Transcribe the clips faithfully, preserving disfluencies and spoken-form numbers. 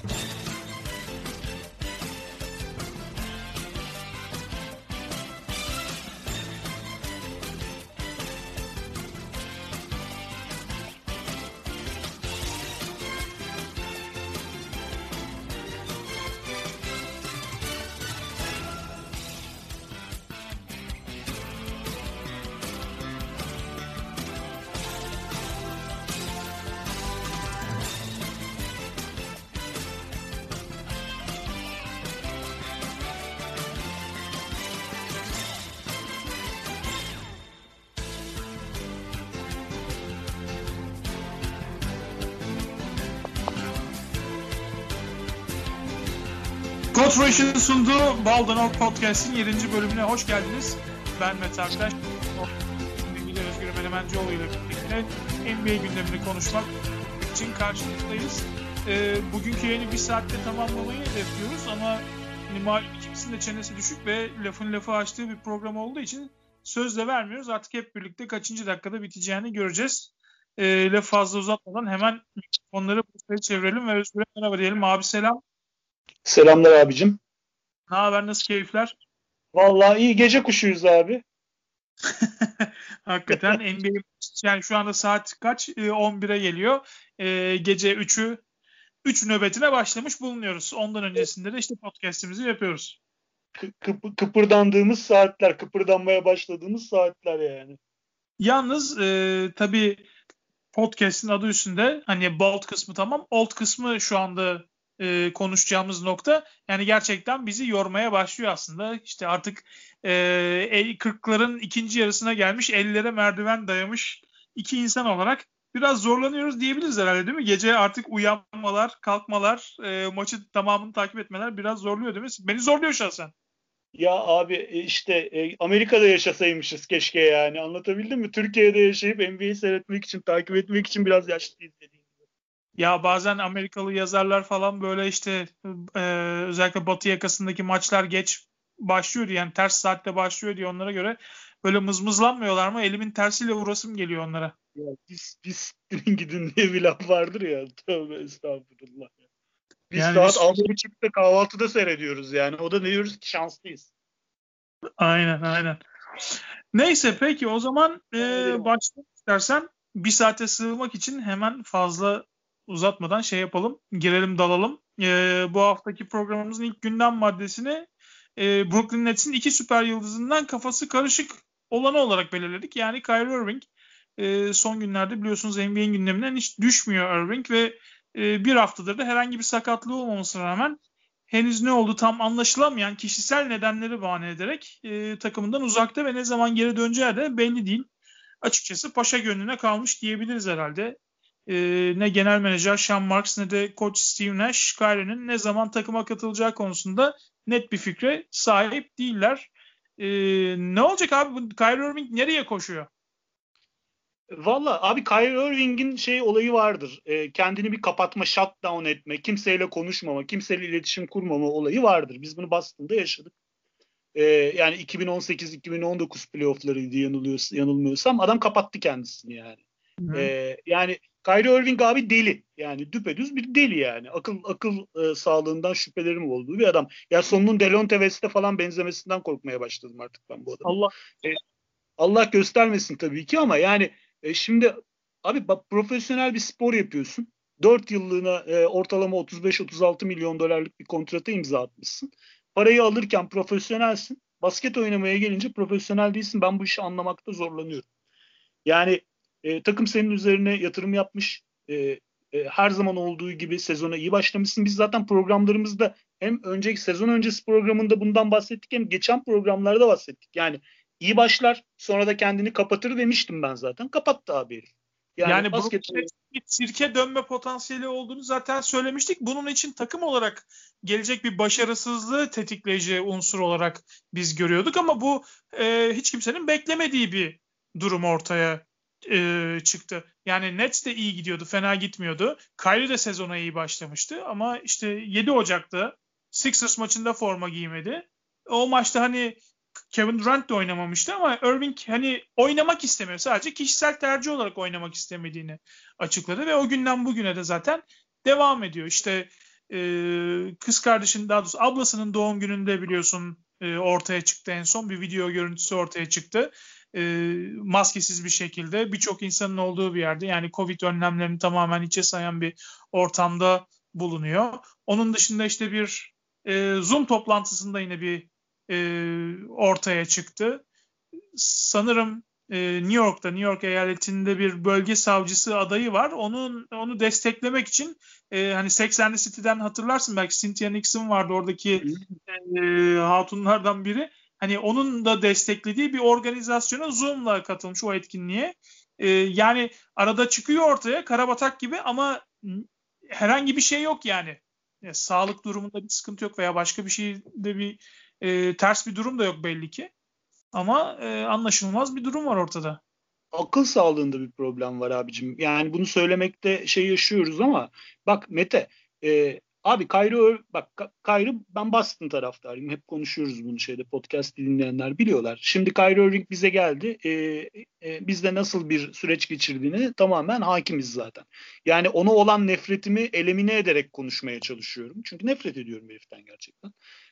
Coach sunduğu Baldan Ork Podcast'in yedinci bölümüne hoş geldiniz. Ben Mete Aktaş. Sevgili Özgür Menemencioğlu ile birlikte N B A gündemini konuşmak için karşınızdayız. Ee, bugünkü yayını bir saatte tamamlamayı hedefliyoruz ama malum ikimizin de çenesi düşük ve lafın lafı açtığı bir program olduğu için söz de vermiyoruz. Artık hep birlikte kaçıncı dakikada biteceğini göreceğiz. Ee, lafı fazla uzatmadan hemen mikrofonları buraya çevirelim ve Özgür'e merhaba diyelim. Abi selam. Selamlar abicim. Ne haber, nasıl keyifler? Vallahi iyi, gece kuşuyuz abi. Hakikaten N B A yani şu anda saat kaç? E, on bire geliyor. E, gece üçü üç nöbetine başlamış bulunuyoruz. Ondan öncesinde de işte podcast'imizi yapıyoruz. Kıp- kıpırdandığımız saatler, kıpırdanmaya başladığımız saatler yani. Yalnız e, tabii podcast'in adı üstünde hani bold kısmı tamam, old kısmı şu anda e, konuşacağımız nokta. Yani gerçekten bizi yormaya başlıyor aslında. İşte artık e, kırkların ikinci yarısına gelmiş, ellere merdiven dayamış iki insan olarak biraz zorlanıyoruz diyebiliriz herhalde, değil mi? Gece artık uyanmalar, kalkmalar, e, maçı tamamını takip etmeler biraz zorluyor, değil mi? Beni zorluyor şahsen. Ya abi işte Amerika'da yaşasaymışız keşke yani, anlatabildim mi? Türkiye'de yaşayıp N B A'yi seyretmek için, takip etmek için biraz yaşlıyız dediğim gibi. Ya bazen Amerikalı yazarlar falan böyle işte e, özellikle Batı yakasındaki maçlar geç başlıyor diye, yani ters saatte başlıyor diye onlara göre böyle mızmızlanmıyorlar mı? Elimin tersiyle vurasım geliyor onlara. Ya biz, biz gidin diye bir laf vardır ya. Tövbe estağfurullah. Biz Yani saat biz... altı buçukta kahvaltıda seyrediyoruz yani. O da ne diyoruz ki, şanslıyız. Aynen aynen. Neyse peki o zaman e, başlayalım istersen. Bir saate sığmak için hemen fazla uzatmadan şey yapalım. Girelim dalalım. E, bu haftaki programımızın ilk gündem maddesini e, Brooklyn Nets'in iki süper yıldızından kafası karışık olanı olarak belirledik. Yani Kyrie Irving. E, son günlerde biliyorsunuz N B A'in gündeminden hiç düşmüyor Irving ve e, bir haftadır da herhangi bir sakatlığı olmamasına rağmen henüz ne oldu tam anlaşılamayan kişisel nedenleri bahane ederek e, takımından uzakta ve ne zaman geri döneceği de belli değil. Açıkçası paşa gönlüne kalmış diyebiliriz herhalde. E, ne genel menajer Sean Marks ne de koç Steve Nash, Kyrie'nin ne zaman takıma katılacağı konusunda net bir fikre sahip değiller. E, ne olacak abi? Bu Kyrie Irving nereye koşuyor? Valla abi, Kyrie Irving'in şey olayı vardır. E, kendini bir kapatma, shutdown etme, kimseyle konuşmama, kimseyle iletişim kurmama olayı vardır. Biz bunu Boston'da yaşadık. E, yani iki bin on sekiz iki bin on dokuz playoff'larıydı yanılmıyorsam. Adam kapattı kendisini yani. E, yani Kyrie Irving abi deli. Yani düpedüz bir deli yani. Akıl akıl e, sağlığından şüphelerim olduğu bir adam. Ya sonunun Delonte West'e falan benzemesinden korkmaya başladım artık ben bu adamı. Allah E, Allah göstermesin tabii ki ama yani E şimdi abi bak, profesyonel bir spor yapıyorsun. dört yıllığına e, ortalama otuz beş otuz altı milyon dolarlık bir kontrata imza atmışsın. Parayı alırken profesyonelsin. Basket oynamaya gelince profesyonel değilsin. Ben bu işi anlamakta zorlanıyorum. Yani e, takım senin üzerine yatırım yapmış. E, e, her zaman olduğu gibi sezona iyi başlamışsın. Biz zaten programlarımızda hem önceki sezon öncesi programında bundan bahsettik, hem geçen programlarda bahsettik. Yani iyi başlar, sonra da kendini kapatır demiştim ben zaten. Kapattı abi herif. Yani, yani basket bir sirke dönme potansiyeli olduğunu zaten söylemiştik. Bunun için takım olarak gelecek bir başarısızlığı tetikleyici unsur olarak biz görüyorduk ama bu e, hiç kimsenin beklemediği bir durum ortaya e, çıktı. Yani Nets de iyi gidiyordu, fena gitmiyordu. Kyrie de sezona iyi başlamıştı ama işte yedi Ocak'ta Sixers maçında forma giymedi. O maçta hani Kevin Durant de oynamamıştı ama Irving hani oynamak istemiyor. Sadece kişisel tercih olarak oynamak istemediğini açıkladı ve o günden bugüne de zaten devam ediyor. İşte e, kız kardeşinin, daha doğrusu ablasının doğum gününde biliyorsun e, ortaya çıktı en son. Bir video görüntüsü ortaya çıktı. E, maskesiz bir şekilde birçok insanın olduğu bir yerde, yani Covid önlemlerini tamamen içe sayan bir ortamda bulunuyor. Onun dışında işte bir e, Zoom toplantısında yine bir e, ortaya çıktı. Sanırım e, New York'ta, New York eyaletinde bir bölge savcısı adayı var. Onun onu desteklemek için e, hani Sex and the City'den hatırlarsın belki, Cynthia Nixon vardı oradaki e, hatunlardan biri. Hani onun da desteklediği bir organizasyona Zoom'la katılmış o etkinliğe. E, yani arada çıkıyor ortaya karabatak gibi ama herhangi bir şey yok yani. Ya, sağlık durumunda bir sıkıntı yok veya başka bir şeyde bir e, ters bir durum da yok belli ki. Ama e, anlaşılmaz bir durum var ortada. Akıl sağlığında bir problem var abicim. Yani bunu söylemekte şey yaşıyoruz ama bak Mete, e, abi Kyrie, bak Kyrie, ben Boston taraftarıyım. Hep konuşuyoruz bunu şeyde, podcast dinleyenler biliyorlar. Şimdi Kyrie Irving bize geldi. E, e, bizde nasıl bir süreç geçirdiğini tamamen hakimiz zaten. Yani ona olan nefretimi elimine ederek konuşmaya çalışıyorum. Çünkü nefret ediyorum heriften gerçekten.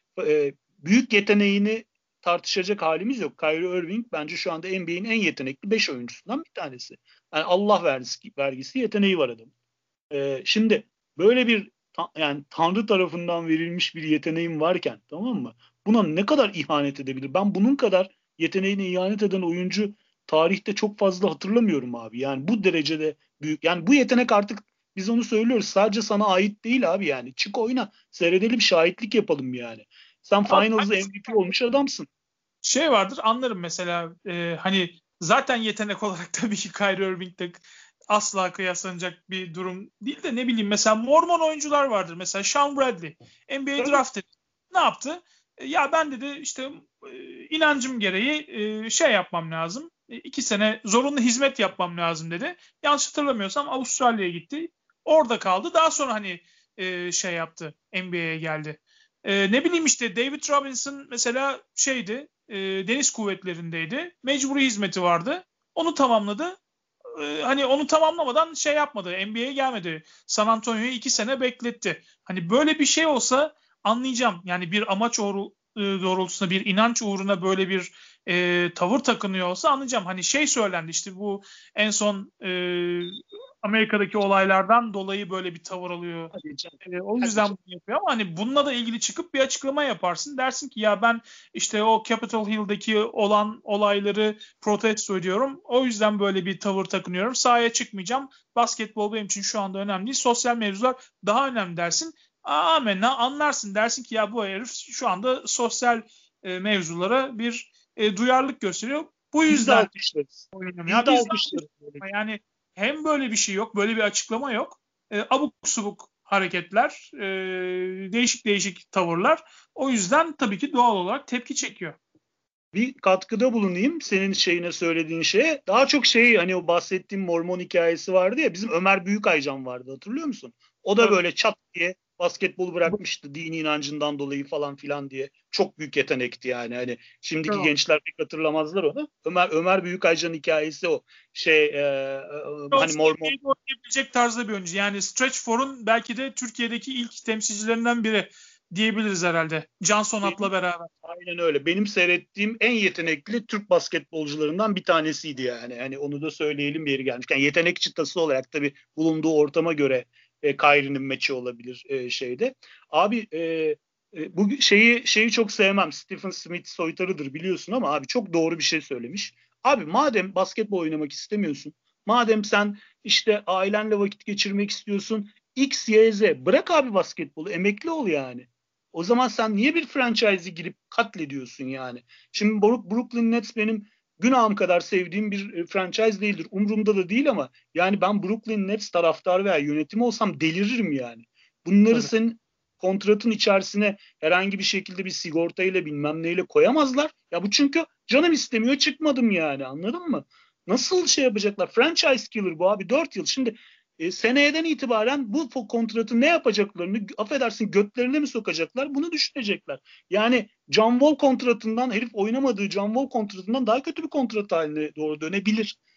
E, büyük yeteneğini tartışacak halimiz yok. Kyrie Irving bence şu anda N B A'in en yetenekli beş oyuncusundan bir tanesi. Yani Allah vergisi, vergisi yeteneği var adamın. Ee, şimdi böyle bir ta, yani Tanrı tarafından verilmiş bir yeteneğim varken, tamam mı? Buna ne kadar ihanet edebilir? Ben bunun kadar yeteneğine ihanet eden oyuncu tarihte çok fazla hatırlamıyorum abi. Yani bu derecede büyük. Yani bu yetenek artık, biz onu söylüyoruz, sadece sana ait değil abi yani. Çık oyna, seyredelim, şahitlik yapalım yani. Sen Abi, Finals'da hani M V P olmuş adamsın. şey vardır, anlarım mesela e, hani zaten yetenek olarak tabii ki Kyrie Irving'de asla kıyaslanacak bir durum değil de, ne bileyim mesela Mormon oyuncular vardır. Mesela Sean Bradley N B A Tabii. draft etti. Ne yaptı? E, ya ben dedi işte e, inancım gereği e, şey yapmam lazım. E, iki sene zorunlu hizmet yapmam lazım dedi. Yanlış hatırlamıyorsam Avustralya'ya gitti. Orada kaldı. Daha sonra hani e, şey yaptı. N B A'ye geldi. E, ne bileyim işte David Robinson mesela şeydi, e, deniz kuvvetlerindeydi. Mecburi hizmeti vardı. Onu tamamladı. E, hani onu tamamlamadan şey yapmadı. N B A'ye gelmedi. San Antonio'yu iki sene bekletti. Hani böyle bir şey olsa anlayacağım. Yani bir amaç uğru, e, doğrultusunda, bir inanç uğruna böyle bir e, tavır takınıyor olsa anlayacağım. Hani şey söylendi işte, bu en son e, Amerika'daki olaylardan dolayı böyle bir tavır alıyor. Hadi canım. E, o Hadi yüzden canım. bunu yapıyor ama hani bununla da ilgili çıkıp bir açıklama yaparsın. Dersin ki ya ben işte o Capitol Hill'deki olan olayları protesto ediyorum. O yüzden böyle bir tavır takınıyorum. Sahaya çıkmayacağım. Basketbol benim için şu anda önemli değil. Sosyal mevzular daha önemli dersin. Amenna anlarsın. Dersin ki ya bu herif şu anda sosyal e, mevzulara bir e, duyarlılık gösteriyor. Bu Biz de yüzden alkışlarız. oynamıyor. Biz Ya de biz de alkışlarız. Böyle. yani hem böyle bir şey yok, böyle bir açıklama yok. E, abuk subuk hareketler, e, değişik değişik tavırlar. O yüzden tabii ki doğal olarak tepki çekiyor. Bir katkıda bulunayım senin şeyine, söylediğin şeye. Daha çok şey, hani o bahsettiğim Mormon hikayesi vardı ya, bizim Ömer Büyükaycan vardı, hatırlıyor musun? O da Tabii. böyle çat diye basketbolu bırakmıştı dini inancından dolayı falan filan diye. Çok büyük yetenekti yani. Hani şimdiki Tamam. gençler pek hatırlamazlar onu. Ömer Ömer Büyükaycan'ın hikayesi o. Şey e, e, hani Olsa Mormon. N B A'de oynayabilecek tarzda bir oyuncu. Yani Stretch four'un belki de Türkiye'deki ilk temsilcilerinden biri diyebiliriz herhalde. Can Sonat'la beraber. Aynen öyle. Benim seyrettiğim en yetenekli Türk basketbolcularından bir tanesiydi yani. Hani onu da söyleyelim, bir yeri gelmişken. Yani yetenek çıtası olarak tabii bulunduğu ortama göre e, Kyrie'nin maçı olabilir e, şeyde. Abi e, e, bu şeyi şeyi çok sevmem. Stephen Smith soytarıdır biliyorsun ama abi çok doğru bir şey söylemiş. Abi madem basketbol oynamak istemiyorsun, madem sen işte ailenle vakit geçirmek istiyorsun, X, Y, Z, bırak abi basketbolu, emekli ol yani. O zaman sen niye bir franchise'e girip katlediyorsun yani? Şimdi Brooklyn Nets benim günahım kadar sevdiğim bir e, franchise değildir. Umurumda da değil ama yani ben Brooklyn Nets taraftarı veya yönetimi olsam deliririm yani. Bunları Tabii. senin kontratın içerisine herhangi bir şekilde bir sigortayla bilmem neyle koyamazlar. Ya bu çünkü canım istemiyor, çıkmadım yani, anladın mı? Nasıl şey yapacaklar? Franchise killer bu abi, dört yıl. Şimdi e, seneyeden itibaren bu kontratı ne yapacaklarını, affedersin, götlerine mi sokacaklar, bunu düşünecekler. Yani John Wall kontratından, herif oynamadığı John Wall kontratından daha kötü bir kontrat haline doğru dönebilir.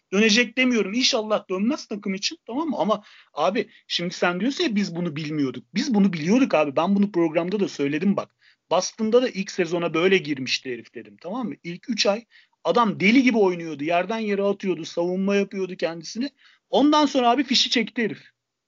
Dönecek demiyorum. İnşallah dönmez takım için, tamam mı? Ama abi şimdi sen diyorsun ya biz bunu bilmiyorduk. Biz bunu biliyorduk abi. Ben bunu programda da söyledim bak. Boston'da da ilk sezona böyle girmişti herif dedim, tamam mı? İlk üç ay adam deli gibi oynuyordu. Yerden yere atıyordu. Savunma yapıyordu kendisini. Ondan sonra abi fişi çekti herif.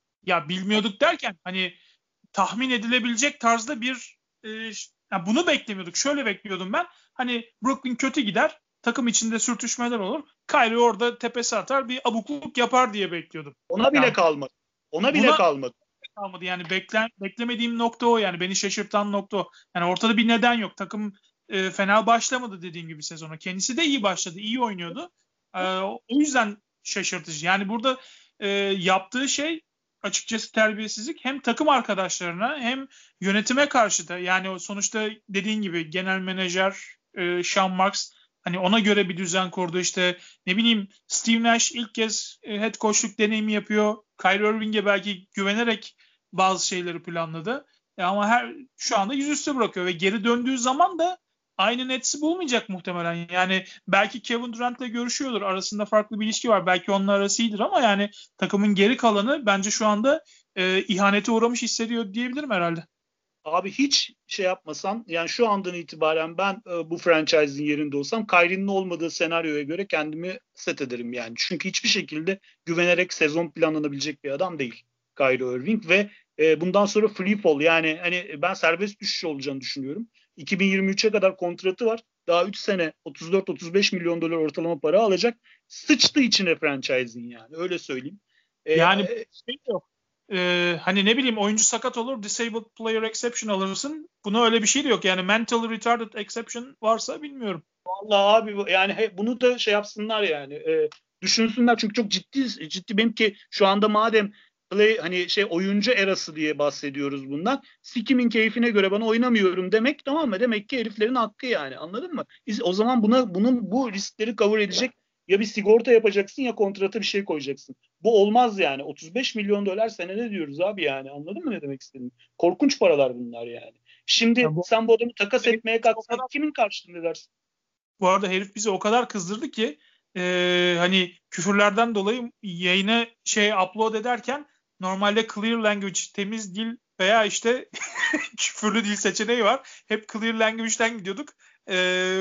Ya bilmiyorduk derken hani tahmin edilebilecek tarzda bir e, ya bunu beklemiyorduk. Şöyle bekliyordum ben. Hani Brooklyn kötü gider. Takım içinde sürtüşmeler olur. Kyrie orada tepesi atar, bir abukluk yapar diye bekliyordum. Ona bile Yani kalmadı. Ona bile buna kalmadı. kalmadı. Yani beklen, beklemediğim nokta o. Yani beni şaşırtan nokta o. Yani ortada bir neden yok. Takım e, fena başlamadı dediğim gibi sezona. Kendisi de iyi başladı. İyi oynuyordu. E, o yüzden şaşırtıcı. Yani burada e, yaptığı şey açıkçası terbiyesizlik. Hem takım arkadaşlarına hem yönetime karşı da. Yani sonuçta dediğin gibi genel menajer e, Sean Marks hani ona göre bir düzen kurdu. İşte ne bileyim Steve Nash ilk kez e, head coachluk deneyimi yapıyor. Kyrie Irving'e belki güvenerek bazı şeyleri planladı. E ama her şu anda yüzüstü bırakıyor ve geri döndüğü zaman da aynı netsi bulmayacak muhtemelen. Yani belki Kevin Durant'la görüşüyordur. Arasında farklı bir ilişki var. Belki onun arası iyidir ama yani takımın geri kalanı bence şu anda e, ihanete uğramış hissediyor diyebilirim herhalde. Abi hiç şey yapmasan, yani şu andan itibaren ben e, bu franchise'in yerinde olsam Kyrie'nin olmadığı senaryoya göre kendimi set ederim yani. Çünkü hiçbir şekilde güvenerek sezon planlanabilecek bir adam değil Kyrie Irving ve e, bundan sonra free fall, yani hani ben serbest düşüş olacağını düşünüyorum. iki bin yirmi üçe kadar kontratı var. Daha üç sene otuz dört otuz beş milyon dolar ortalama para alacak. Sıçtı içine franchise'in, yani öyle söyleyeyim. E, Yani e, şey yok. Ee, hani ne bileyim oyuncu sakat olur, disabled player exception alırsın. Buna öyle bir şey de yok. Yani mental retarded exception varsa bilmiyorum. Vallahi abi yani he, bunu da şey yapsınlar yani, e, düşünsünler çünkü çok ciddi ciddi benimki şu anda madem play hani şey oyuncu erası diye bahsediyoruz bundan. Sikimin keyfine göre ben oynamıyorum demek, tamam mı? Demek ki heriflerin hakkı, yani anladın mı? O zaman buna bunun bu riskleri cover edecek ya bir sigorta yapacaksın ya kontrata bir şey koyacaksın. Bu olmaz yani. otuz beş milyon dolar senede diyoruz abi, yani anladın mı ne demek istediğimi? Korkunç paralar bunlar yani. Şimdi Ya bu, sen bu adamı takas etmeye o kalksan kadar, kimin karşılığında edersin? bu arada herif bizi o kadar kızdırdı ki e, hani küfürlerden dolayı yayına şey upload ederken normalde clear language, temiz dil veya işte küfürlü dil seçeneği var. Hep clear language'den gidiyorduk. E,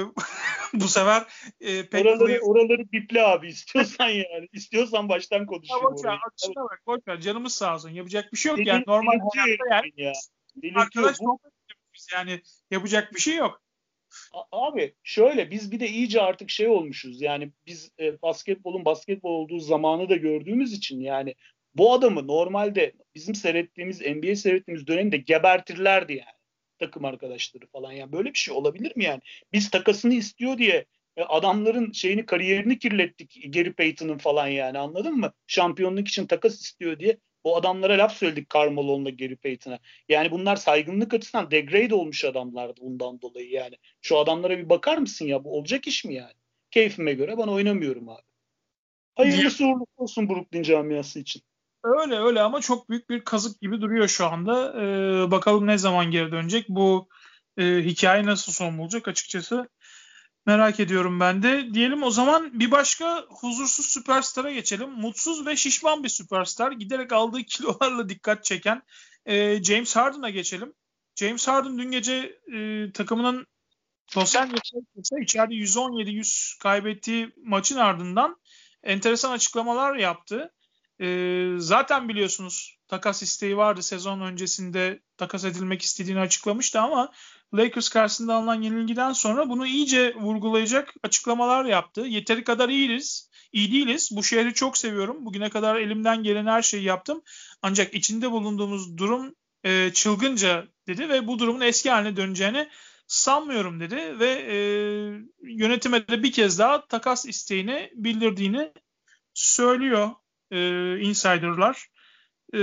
bu sefer e, pek Oraları clear. oraları biple abi istiyorsan yani. İstiyorsan baştan Ya konuşayım boş ver, orayı. akışına bak, boş ver. Canımız sağ olsun. Yapacak bir şey yok yani. Delir, Normal delirtiyor hayatta herif yani beni ya. arkadaş Delirtiyor. Bu sohbet ediyoruz biz yani. Yapacak bir şey yok. a- abi şöyle biz bir de iyice artık şey olmuşuz. Yani biz e, basketbolun basketbol olduğu zamanı da gördüğümüz için yani bu adamı normalde bizim seyrettiğimiz N B A seyrettiğimiz dönemde gebertirlerdi yani. Takım arkadaşları falan, yani böyle bir şey olabilir mi yani? Biz takasını istiyor diye e, adamların şeyini, kariyerini kirlettik, Gary Payton'ın falan, yani anladın mı? Şampiyonluk için takas istiyor diye o adamlara laf söyledik, Karmalo'nla Gary Payton'a. Yani bunlar saygınlık açısından degrade olmuş adamlardı bundan dolayı yani. Şu adamlara bir bakar mısın ya, bu olacak iş mi yani? Keyfime göre ben oynamıyorum abi. Diye, Hayırlısı uğurlu olsun Brooklyn camiası için. öyle öyle ama çok büyük bir kazık gibi duruyor şu anda. Ee, bakalım ne zaman geri dönecek. Bu e, hikaye nasıl son bulacak açıkçası. Merak ediyorum ben de. Diyelim o zaman bir başka huzursuz süperstara geçelim. Mutsuz ve şişman bir süperstar. Giderek aldığı kilolarla dikkat çeken e, James Harden'a geçelim. James Harden dün gece e, takımının Los Angeles'ta içeride yüz on yedi yüz kaybettiği maçın ardından enteresan açıklamalar yaptı. Ee, zaten biliyorsunuz takas isteği vardı. Sezon öncesinde takas edilmek istediğini açıklamıştı ama Lakers karşısında alınan yenilgiden sonra bunu iyice vurgulayacak açıklamalar yaptı. Yeteri kadar iyiyiz, iyi değiliz. Bu şehri çok seviyorum. Bugüne kadar elimden gelen her şeyi yaptım. Ancak içinde bulunduğumuz durum e, çılgınca dedi ve bu durumun eski haline döneceğini sanmıyorum dedi ve e, yönetime de bir kez daha takas isteğini bildirdiğini söylüyor e, insiderlar. E,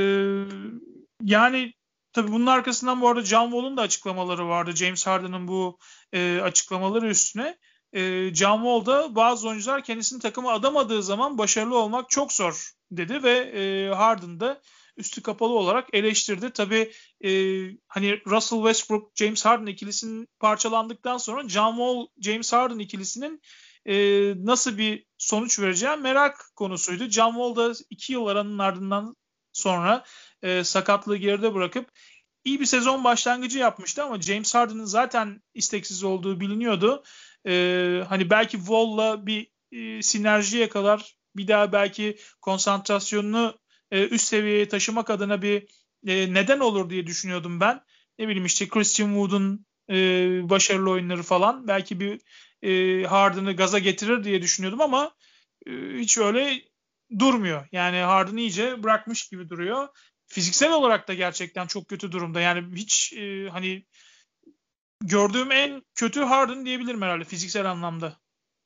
yani tabii bunun arkasından bu arada John Wall'un da açıklamaları vardı. James Harden'ın bu e, açıklamaları üstüne. E, John Wall da bazı oyuncular kendisini takıma adamadığı zaman başarılı olmak çok zor dedi ve e, Harden da üstü kapalı olarak eleştirdi. Tabii e, hani Russell Westbrook, James Harden ikilisinin parçalandıktan sonra John Wall, James Harden ikilisinin e, nasıl bir sonuç vereceği merak konusuydu. John Wall da iki yıl aranın ardından sonra e, sakatlığı geride bırakıp iyi bir sezon başlangıcı yapmıştı ama James Harden'ın zaten isteksiz olduğu biliniyordu. E, hani belki Wall'la bir e, sinerji yakalar, bir daha belki konsantrasyonunu e, üst seviyeye taşımak adına bir e, neden olur diye düşünüyordum ben. Ne bileyim işte Christian Wood'un e, başarılı oyunları falan belki bir e, Harden'ı gaza getirir diye düşünüyordum ama e, hiç öyle durmuyor. Yani Harden iyice bırakmış gibi duruyor. Fiziksel olarak da gerçekten çok kötü durumda. Yani hiç e, hani gördüğüm en kötü Harden diyebilirim herhalde fiziksel anlamda.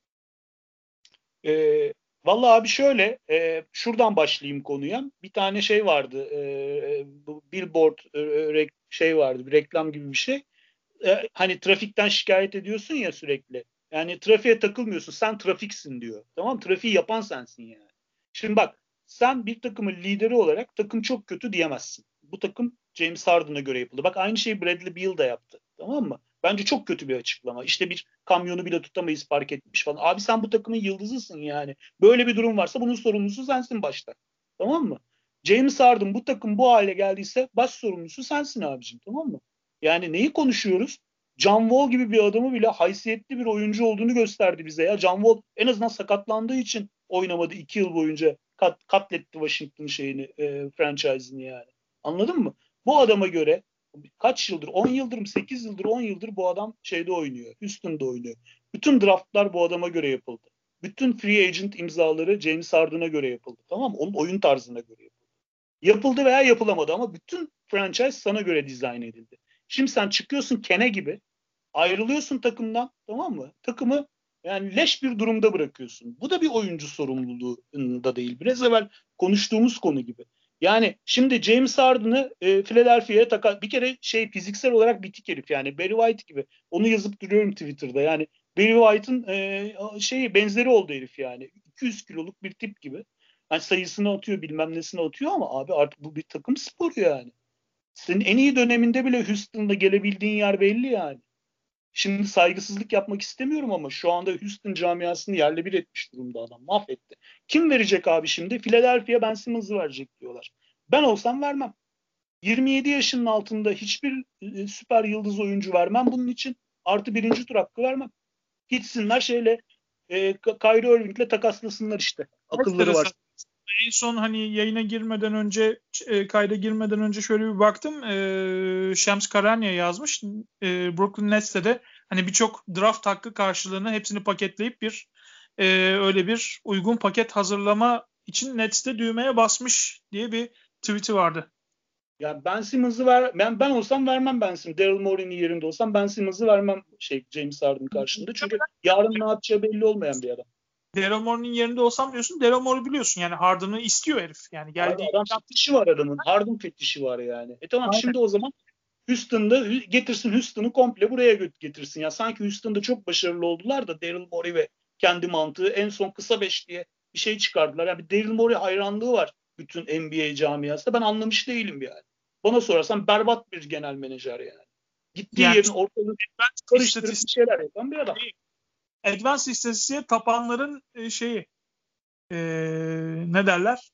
E, Vallahi abi şöyle, e, şuradan başlayayım konuya. Bir tane şey vardı, e, bu billboard e, re- şey vardı, bir reklam gibi bir şey. E, hani trafikten şikayet ediyorsun ya sürekli. Yani trafiğe takılmıyorsun, sen trafiksin diyor. Tamam, trafiği yapan sensin yani. Şimdi bak, sen bir takımın lideri olarak takım çok kötü diyemezsin. Bu takım James Harden'a göre yapıldı. Bak, aynı şeyi Bradley Beal da yaptı. Tamam mı? Bence çok kötü bir açıklama. İşte bir kamyonu bile tutamayız park etmiş falan. Abi sen bu takımın yıldızısın yani. Böyle bir durum varsa bunun sorumlusu sensin başta. Tamam mı? James Harden bu takım bu hale geldiyse baş sorumlusu sensin abicim. Tamam mı? Yani neyi konuşuyoruz? John Wall gibi bir adamı bile haysiyetli bir oyuncu olduğunu gösterdi bize ya. John Wall en azından sakatlandığı için oynamadı iki yıl boyunca. Kat, katletti Washington şeyini, e, franchise'ini yani. Anladın mı? Bu adama göre kaç yıldır, on yıldır mı, sekiz yıldır, on yıldır bu adam şeyde oynuyor. Houston'da oynuyor. Bütün draftlar bu adama göre yapıldı. Bütün free agent imzaları James Harden'a göre yapıldı. Tamam mı? Onun oyun tarzına göre yapıldı. Yapıldı veya yapılamadı ama bütün franchise sana göre dizayn edildi. Şimdi sen çıkıyorsun Kene gibi, ayrılıyorsun takımdan, tamam mı? Takımı yani leş bir durumda bırakıyorsun. Bu da bir oyuncu sorumluluğunda değil. Biraz evvel konuştuğumuz konu gibi. Yani şimdi James Harden'ı e, Philadelphia'ya takan bir kere şey fiziksel olarak bitik herif yani Barry White gibi. Onu yazıp duruyorum Twitter'da. Yani Barry White'ın e, şeyi benzeri oldu herif yani. iki yüz kiloluk bir tip gibi. Yani sayısını atıyor bilmem nesini atıyor ama abi artık bu bir takım sporu yani. Senin en iyi döneminde bile Houston'da gelebildiğin yer belli yani. Şimdi saygısızlık yapmak istemiyorum ama şu anda Houston camiasını yerle bir etmiş durumda adam. Mahvetti. Kim verecek abi şimdi? Philadelphia Ben Simmons'ı verecek diyorlar. Ben olsam vermem. yirmi yedi yaşının altında hiçbir e, süper yıldız oyuncu vermem bunun için. Artı birinci tur hakkı vermem. Gitsinler şeyle e, Kyrie Irving'le takaslasınlar işte. Akılları var. En son hani yayına girmeden önce e, kayda girmeden önce şöyle bir baktım. E, Shams Charania yazmış. E, Brooklyn Nets'te de hani birçok draft hakkı karşılığını hepsini paketleyip bir e, öyle bir uygun paket hazırlama için Nets'te düğmeye basmış diye bir tweet'i vardı. Yani Ben Simmons'ı ver, ben ben olsam vermem Ben Simmons. Daryl Morey'nin yerinde olsam Ben Simmons'ı vermem şey James Harden karşında. Çünkü yarın ne yapacağı belli olmayan bir adam. Daryl Morey'nin yerinde olsam diyorsun. Daryl Morey biliyorsun yani Harden'ı istiyor herif. Yani Abi geldiği adam fetişi var adamın. Harden fetişi var yani. E tamam, aynen. şimdi o zaman Houston'da getirsin, Houston'ı komple buraya getirsin. Ya sanki Houston'da çok başarılı oldular da Daryl Morey ve kendi mantığı en son kısa beş diye bir şey çıkardılar. Yani bir Daryl Morey hayranlığı var bütün N B A camiasında. Ben anlamış değilim yani. Bana sorarsan berbat bir genel menajer yani. Gittiği Yani yerin ortalığı karıştırıp bir şeyler yapan bir adam. Advanced istatistiğe tapanların e, şeyi e, ne derler?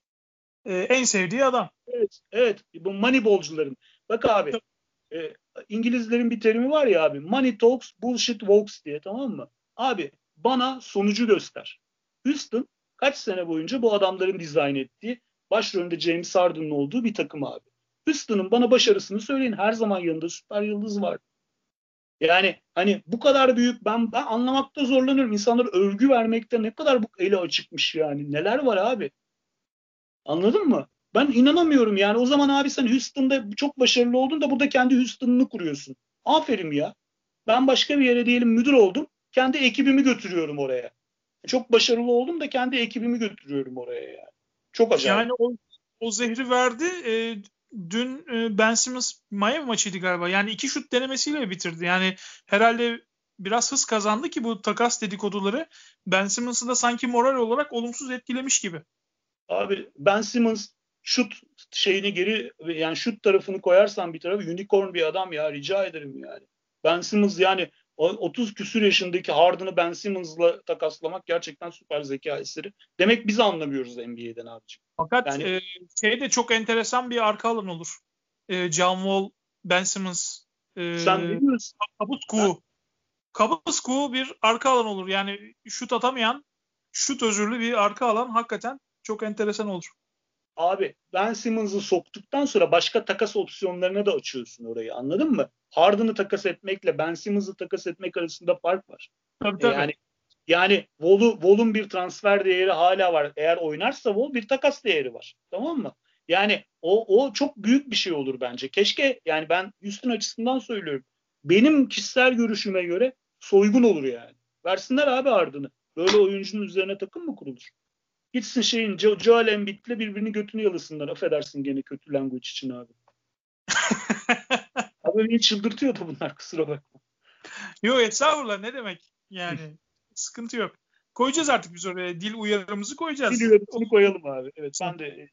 E, en sevdiği adam. Evet, evet. Bu Moneyball'cuların. Bak abi, e, İngilizlerin bir terimi var ya abi. Money talks, bullshit walks diye, tamam mı? Abi bana sonucu göster. Houston kaç sene boyunca bu adamların dizayn ettiği, başrolünde James Harden'ın olduğu bir takım abi. Houston'ın bana başarısını söyleyin. Her zaman yanında süper yıldız var. Yani hani bu kadar büyük, ben, ben anlamakta zorlanıyorum. İnsanlar övgü vermekte ne kadar bu eli açıkmış yani. Neler var abi? Anladın mı? Ben inanamıyorum yani. O zaman abi sen Houston'da çok başarılı oldun da burada kendi Houston'ını kuruyorsun. Aferin ya. Ben başka bir yere diyelim müdür oldum. Kendi ekibimi götürüyorum oraya. Çok başarılı oldum da kendi ekibimi götürüyorum oraya yani. Çok acayip. Yani o, o zehri verdi. E, dün e, Ben Simmons Miami maçıydı galiba. Yani iki şut denemesiyle bitirdi. Yani herhalde biraz hız kazandı ki bu takas dedikoduları Ben Simmons'ı da sanki moral olarak olumsuz etkilemiş gibi. Abi Ben Simmons şut şeyini geri, yani şut tarafını koyarsan bir tarafa, unicorn bir adam ya, rica ederim yani. Ben Simmons yani otuz küsür yaşındaki Harden'ı Ben Simmons'la takaslamak gerçekten süper zeka eseri. Demek biz anlamıyoruz N B A'den abiciğim. Fakat Yani, e, şey de çok enteresan bir arka alan olur. E, John Wall, Ben Simmons, e, sen ne diyorsun? Kabusku. Kabusku bir arka alan olur. Yani şut atamayan, şut özürlü bir arka alan hakikaten çok enteresan olur. Abi Ben Simmons'ı soktuktan sonra başka takas opsiyonlarına da açıyorsun orayı, anladın mı? Harden'ı takas etmekle Ben Simmons'ı takas etmek arasında fark var. Tabii E tabii. yani yani Wall'u, Wall'un bir transfer değeri hala var. Eğer oynarsa Wall bir takas değeri var. Tamam mı? Yani o, o çok büyük bir şey olur bence. Keşke, yani ben Houston açısından söylüyorum. Benim kişisel görüşüme göre soygun olur yani. Versinler abi Harden'ı. Böyle oyuncunun üzerine takım mı kurulur? Gitsin şeyin Jo- Joel Embiid'le birbirini götünü yalasınlar. Affedersin gene kötü language için abi. Abi beni çıldırtıyor da bunlar, kusura bakma. Yok estağfurullah, ne demek yani, sıkıntı yok. Koyacağız artık biz oraya dil uyarımızı koyacağız. Bir yarısını koyalım abi. Evet ben de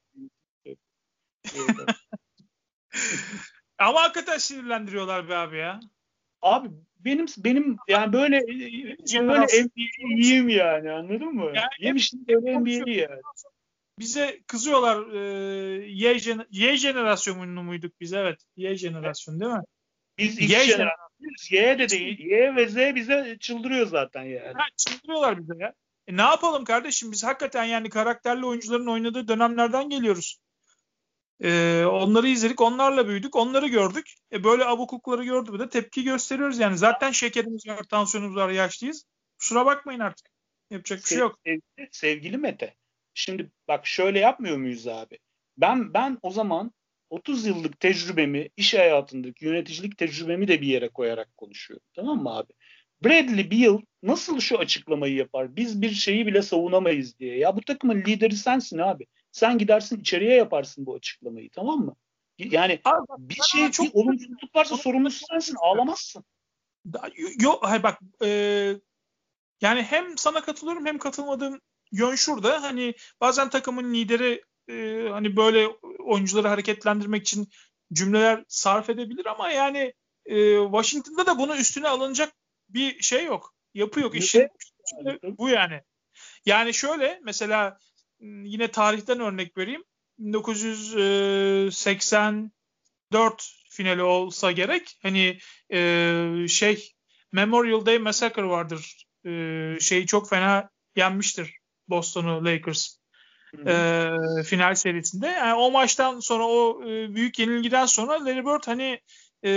Ama hakikaten sinirlendiriyorlar be abi ya. abi benim benim yani böyle böyle N B A'yi yiyeyim yani, anladın mı? Yani Yemiştim böyle N B A'yi yani. Bize kızıyorlar. E, Y, jener- Y jenerasyonu muyduk biz? Evet. Y jenerasyonu değil mi? Biz Y X jenerasyonuyuz. Y de değil. Y ve Z bize çıldırıyor zaten yani. Ha, çıldırıyorlar bize ya. E, ne yapalım kardeşim, biz hakikaten yani karakterli oyuncuların oynadığı dönemlerden geliyoruz. E, onları izledik, onlarla büyüdük, onları gördük. E, böyle abuklukları gördük de tepki gösteriyoruz yani. Zaten şekerimiz var, tansiyonumuz var, yaşlıyız. Kusura bakmayın artık. Yapacak bir şey yok. Sevgili, sevgili Mete. Şimdi bak şöyle yapmıyor muyuz abi? Ben ben o zaman otuz yıllık tecrübemi, iş hayatındaki yöneticilik tecrübemi de bir yere koyarak konuşuyorum. Tamam mı abi? Bradley Beal nasıl şu açıklamayı yapar? Biz bir şeyi bile savunamayız diye. Ya bu takımın lideri sensin abi. Sen gidersin içeriye yaparsın bu açıklamayı, tamam mı? Yani Abi, bir ben ona şey, bir çok olumsuzluk varsa sorumlusu sensin. Ağlamazsın. yok, hayır bak, e, yani hem sana katılıyorum hem katılmadığım yön şurada. Hani bazen takımın lideri e, hani böyle oyuncuları hareketlendirmek için cümleler sarf edebilir ama yani e, Washington'da da bunu üstüne alınacak bir şey yok. Yapı yok. Niye? İşin içinde bu yani. Yani şöyle mesela, yine tarihten örnek vereyim. bin dokuz yüz seksen dört finali olsa gerek. Hani e, şey Memorial Day Massacre vardır. E, şeyi çok fena yenmiştir Boston'u Lakers. Hı hı. E, final serisinde. Yani o maçtan sonra, o e, büyük yenilgiden sonra Larry Bird hani e,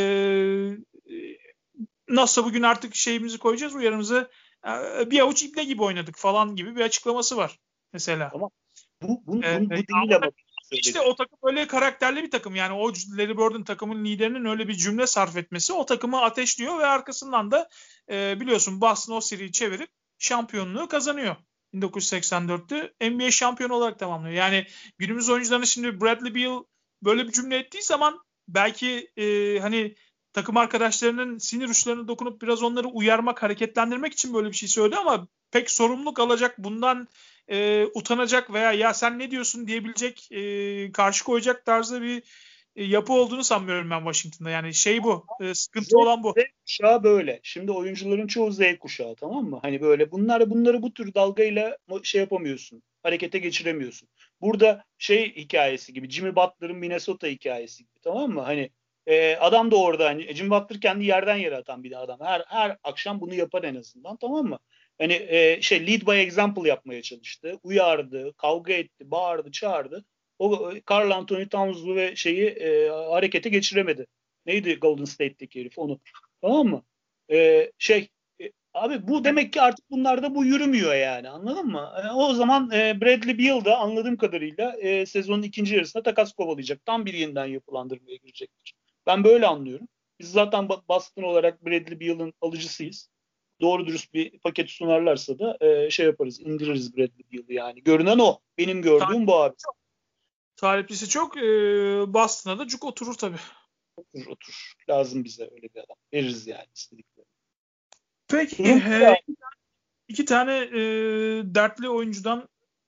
nasıl bugün artık şeyimizi koyacağız, uyarımızı, e, bir avuç iple gibi oynadık falan gibi bir açıklaması var mesela. Ama bu, bu, E, bu, bu değil ama ama işte söyledi. o takım öyle karakterli bir takım. Yani o Larry Bird'ün takımın liderinin öyle bir cümle sarf etmesi o takımı ateşliyor ve arkasından da e, biliyorsun Boston o seriyi çevirip şampiyonluğu kazanıyor. bin dokuz yüz seksen dörtte N B A şampiyonu olarak tamamlıyor. Yani günümüz oyuncularını şimdi Bradley Beal böyle bir cümle ettiği zaman belki e, hani takım arkadaşlarının sinir uçlarına dokunup biraz onları uyarmak, hareketlendirmek için böyle bir şey söylüyor ama pek sorumluluk alacak, bundan e, utanacak veya ya sen ne diyorsun diyebilecek, e, karşı koyacak tarzda bir e, yapı olduğunu sanmıyorum ben Washington'da. Yani şey bu, e, Z, sıkıntı olan bu. Z kuşağı böyle. Şimdi oyuncuların çoğu Z kuşağı, tamam mı? Hani böyle bunlar bunları bu tür dalgayla şey yapamıyorsun. Harekete geçiremiyorsun. Burada şey hikayesi gibi, Jimmy Butler'ın Minnesota hikayesi gibi, tamam mı? Hani e, adam da orada, hani Jimmy Butler kendi yerden yere atan bir adam. Her her akşam bunu yapar en azından, tamam mı? Hani e, şey lead by example yapmaya çalıştı. Uyardı, kavga etti, bağırdı, çağırdı. O Karl Anthony Towns'u ve şeyi e, harekete geçiremedi. Neydi Golden State'teki herif, onu. Tamam mı? Ee, şey e, abi bu demek ki artık bunlarda bu yürümüyor yani, anladın mı? E, o zaman e, Bradley Beal da anladığım kadarıyla e, sezonun ikinci yarısında takas kovalayacak. Tam bir yeniden yapılandırmaya girecektir. Ben böyle anlıyorum. Biz zaten Boston olarak Bradley Beal'ın alıcısıyız. Doğru dürüst bir paket sunarlarsa da e, şey yaparız, indiririz Bradley Beal'ı yani. Görünen o. Benim gördüğüm bu abi. Taliplisi çok. E, Boston'a da cuk oturur tabii. Otur otur. Lazım bize öyle bir adam. Veririz yani istedikleri. Peki Durum e, iki tane e, dertli oyuncudan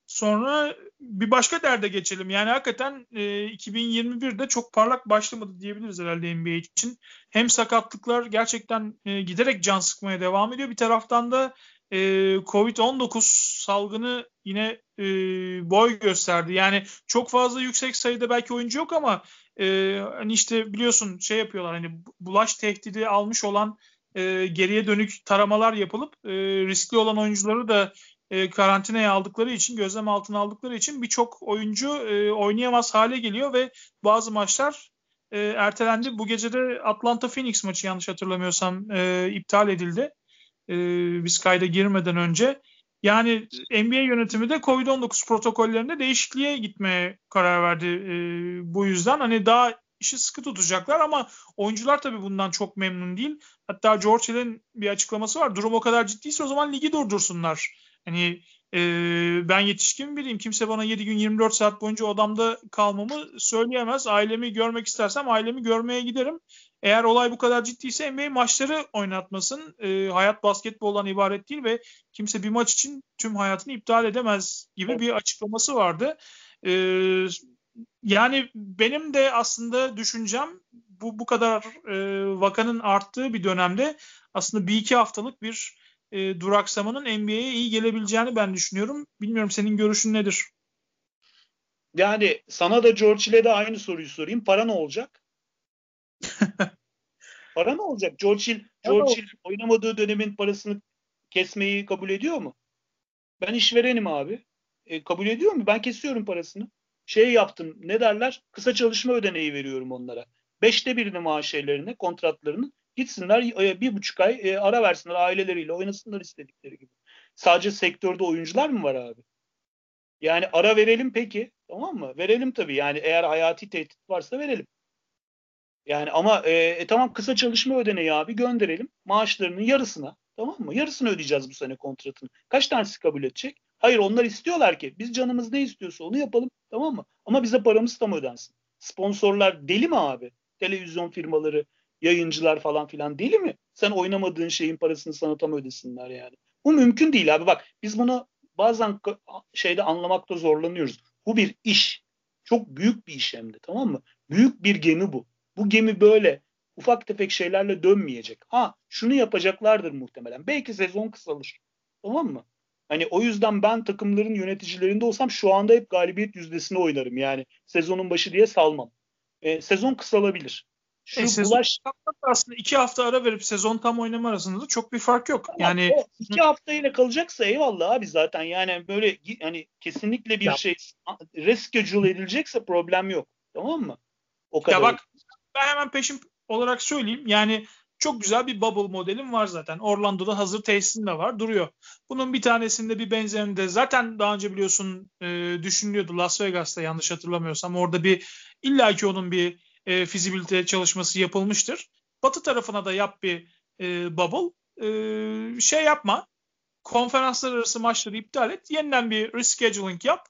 Sonra bir başka derde geçelim. Yani hakikaten e, iki bin yirmi birde çok parlak başlamadı diyebiliriz herhalde N B A için. Hem sakatlıklar gerçekten e, giderek can sıkmaya devam ediyor. Bir taraftan da e, covid on dokuz salgını yine e, boy gösterdi. Yani çok fazla yüksek sayıda belki oyuncu yok ama e, hani işte biliyorsun şey yapıyorlar, hani bulaş tehdidi almış olan e, geriye dönük taramalar yapılıp e, riskli olan oyuncuları da e, karantinaya aldıkları için, gözlem altına aldıkları için birçok oyuncu e, oynayamaz hale geliyor ve bazı maçlar e, ertelendi. Bu gece de Atlanta Phoenix maçı yanlış hatırlamıyorsam e, iptal edildi. E, biz kayda girmeden önce. Yani N B A yönetimi de covid on dokuz protokollerinde değişikliğe gitmeye karar verdi. E, bu yüzden hani daha işi sıkı tutacaklar ama oyuncular tabii bundan çok memnun değil. Hatta George Hill'in bir açıklaması var. Durum o kadar ciddiyse o zaman ligi durdursunlar. Hani e, ben yetişkin biriyim. Kimse bana yedi gün yirmi dört saat boyunca odamda kalmamı söyleyemez. Ailemi görmek istersem ailemi görmeye giderim. Eğer olay bu kadar ciddiyse N B A maçları oynatmasın. E, hayat basketboldan ibaret değil ve kimse bir maç için tüm hayatını iptal edemez gibi bir açıklaması vardı. E, yani benim de aslında düşüncem bu bu kadar e, vakanın arttığı bir dönemde aslında bir iki haftalık bir e, duraksamanın N B A'ye iyi gelebileceğini ben düşünüyorum. Bilmiyorum, senin görüşün nedir? Yani sana da George ile de aynı soruyu sorayım. Para ne olacak? Para ne olacak? George Hill, George Hill oynamadığı dönemin parasını kesmeyi kabul ediyor mu? Ben işverenim abi. E, kabul ediyor mu? Ben kesiyorum parasını. Şey yaptım. Ne derler? Kısa çalışma ödeneği veriyorum onlara. Beşte birini maaş şeylerine, kontratlarının. Gitsinler e, bir buçuk ay e, ara versinler, aileleriyle oynasınlar istedikleri gibi. Sadece sektörde oyuncular mı var abi? Yani ara verelim peki. Tamam mı? Verelim tabii. Yani eğer hayati tehdit varsa verelim. Yani ama e, e, tamam, kısa çalışma ödeneği abi gönderelim. Maaşlarının yarısına. Tamam mı? Yarısını ödeyeceğiz bu sene kontratını. Kaç tanesi kabul edecek? Hayır, onlar istiyorlar ki biz canımız ne istiyorsa onu yapalım. Tamam mı? Ama bize paramız tam ödensin. Sponsorlar deli mi abi? Televizyon firmaları, yayıncılar falan filan deli mi? Sen oynamadığın şeyin parasını sana tam ödesinler yani. Bu mümkün değil abi. Bak, biz bunu bazen şeyde anlamakta zorlanıyoruz. Bu bir iş. Çok büyük bir iş hem de, tamam mı? Büyük bir gemi bu. Bu gemi böyle ufak tefek şeylerle dönmeyecek. Ha, şunu yapacaklardır muhtemelen. Belki sezon kısalır. Tamam mı? Hani o yüzden ben takımların yöneticilerinde olsam şu anda hep galibiyet yüzdesine oynarım. Yani sezonun başı diye salmam. E, sezon kısalabilir. E, Şu sezon bulaş aslında iki hafta ara verip sezon tam oynama arasında da çok bir fark yok. tamam, Yani o iki hafta ile kalacaksa eyvallah abi, zaten yani böyle hani kesinlikle bir ya, şey reschedule edilecekse problem yok. Tamam mı? O ya kadarı. bak, ben hemen peşin olarak söyleyeyim. Yani çok güzel bir bubble modelim var zaten. Orlando'da hazır tesisin de var, duruyor. Bunun bir tanesinde bir benzerinde zaten daha önce biliyorsun e, düşünülüyordu Las Vegas'ta, yanlış hatırlamıyorsam. Orada bir illaki onun bir e, fizibilite çalışması yapılmıştır. Batı tarafına da yap bir e, bubble. E, şey yapma. Konferanslar arası maçları iptal et. Yeniden bir rescheduling yap.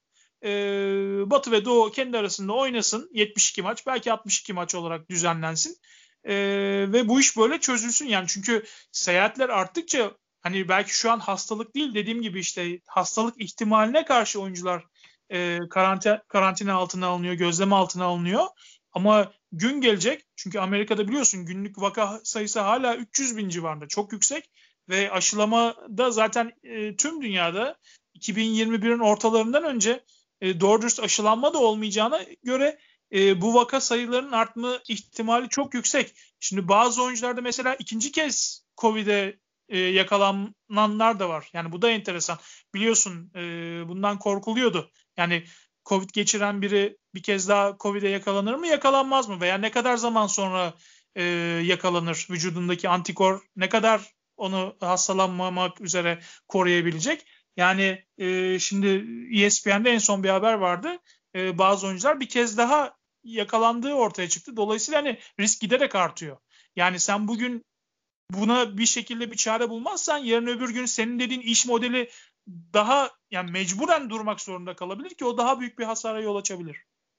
Ee, Batı ve Doğu kendi arasında oynasın. yetmiş iki maç, belki altmış iki maç olarak düzenlensin. Ee, ve bu iş böyle çözülsün yani. Çünkü seyahatler arttıkça, hani belki şu an hastalık değil, dediğim gibi işte hastalık ihtimaline karşı oyuncular e, karantina, karantina altına alınıyor, gözleme altına alınıyor. Ama gün gelecek, çünkü Amerika'da biliyorsun günlük vaka sayısı hala üç yüz bin civarında, çok yüksek. Ve aşılamada zaten e, tüm dünyada iki bin yirmi birin ortalarından önce e, doğru dürüst aşılanma da olmayacağına göre e, bu vaka sayılarının artma ihtimali çok yüksek. Şimdi bazı oyuncularda mesela ikinci kez Covid'e e, yakalananlar da var. Yani bu da enteresan. Biliyorsun e, bundan korkuluyordu. Yani Covid geçiren biri bir kez daha Covid'e yakalanır mı, yakalanmaz mı? Veya ne kadar zaman sonra e, yakalanır? Vücudundaki antikor ne kadar onu hastalanmamak üzere koruyabilecek? Yani e, şimdi E S P N'de en son bir haber vardı. E, bazı oyuncular bir kez daha yakalandığı ortaya çıktı. Dolayısıyla hani risk giderek artıyor. Yani sen bugün buna bir şekilde bir çare bulmazsan yarın öbür gün senin dediğin iş modeli daha, yani mecburen durmak zorunda kalabilir ki o daha büyük bir hasara yol açabilir.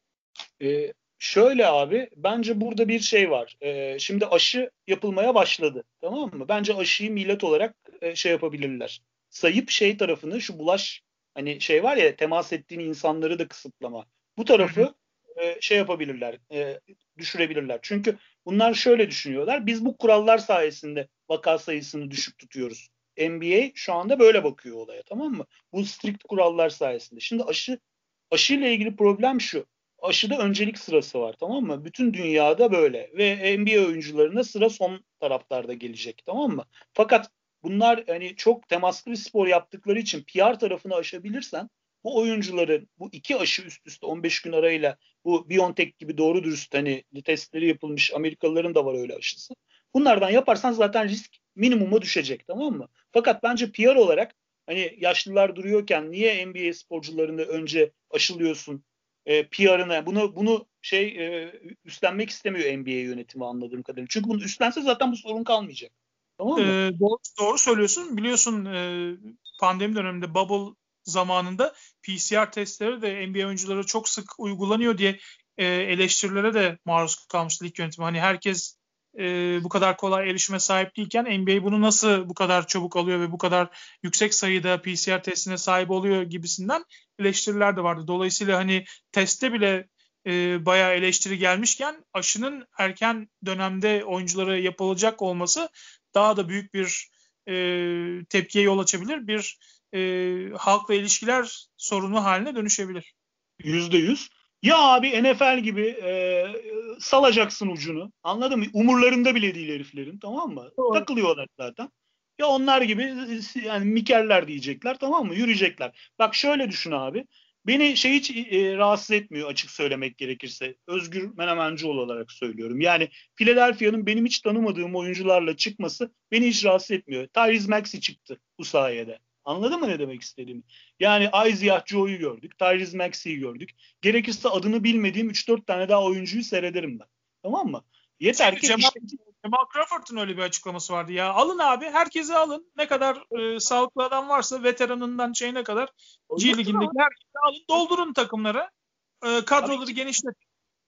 Ee, şöyle abi, bence burada bir şey var. Ee, şimdi aşı yapılmaya başladı. Tamam mı? Bence aşıyı millet olarak e, şey yapabilirler. Sayıp şey tarafını, şu bulaş Hani şey var ya, temas ettiğin insanları da kısıtlama. Bu tarafı e, şey yapabilirler, e, düşürebilirler. Çünkü bunlar şöyle düşünüyorlar. Biz bu kurallar sayesinde vaka sayısını düşük tutuyoruz. N B A şu anda böyle bakıyor olaya, tamam mı? Bu strict kurallar sayesinde. Şimdi aşı aşıyla ilgili problem şu. Aşıda öncelik sırası var, tamam mı? Bütün dünyada böyle ve N B A oyuncularına sıra son taraflarda gelecek, tamam mı? Fakat bunlar hani çok temaslı bir spor yaptıkları için P R tarafını aşabilirsen bu oyuncuların bu iki aşı üst üste on beş gün arayla, bu BioNTech gibi doğru dürüst hani testleri yapılmış Amerikalıların da var öyle aşısı. Bunlardan yaparsan zaten risk minimuma düşecek, tamam mı? Fakat bence P R olarak hani yaşlılar duruyorken niye N B A sporcularını önce aşılıyorsun? E, P R'ına bunu bunu şey e, üstlenmek istemiyor N B A yönetimi anladığım kadarıyla. Çünkü bunu üstlense zaten bu sorun kalmayacak. Tamam mı? Ee, doğru, doğru söylüyorsun. Biliyorsun e, pandemi döneminde bubble zamanında P C R testleri de N B A oyuncuları çok sık uygulanıyor diye e, eleştirilere de maruz kalmıştı lig yönetimi. Hani herkes e, bu kadar kolay erişime sahip değilken N B A bunu nasıl bu kadar çabuk alıyor ve bu kadar yüksek sayıda P C R testine sahip oluyor gibisinden eleştiriler de vardı. Dolayısıyla hani testte bile e, bayağı eleştiri gelmişken aşının erken dönemde oyunculara yapılacak olması daha da büyük bir e, tepkiye yol açabilir. Bir e, halkla ilişkiler sorunu haline dönüşebilir. Yüzde yüz. Ya abi N F L gibi e, salacaksın ucunu. Anladın mı? Umurlarında bile değil heriflerin, tamam mı? Doğru. Takılıyorlar zaten. Ya onlar gibi yani mikerler diyecekler, tamam mı? Yürüyecekler. Bak şöyle düşün abi. Beni şey hiç e, rahatsız etmiyor açık söylemek gerekirse. Özgür Menemencioğlu olarak söylüyorum. Yani Philadelphia'nın benim hiç tanımadığım oyuncularla çıkması beni hiç rahatsız etmiyor. Tyrese Maxey çıktı bu sayede. Anladın mı ne demek istediğimi? Yani Isaiah Joe'yu gördük. Tyrese Maxey'i gördük. Gerekirse adını bilmediğim üç dört tane daha oyuncuyu seyrederim ben. Tamam mı? Yeter Şeydi, ki Cemal, işte Cemal Crawford'un öyle bir açıklaması vardı ya. Alın abi, herkesi alın. Ne kadar e, sağlıklı adam varsa veteranından şeyine kadar G olmaz Ligi'ndeki mı? herkesi alın. Doldurun takımları. E, Abi kadroları genişletin.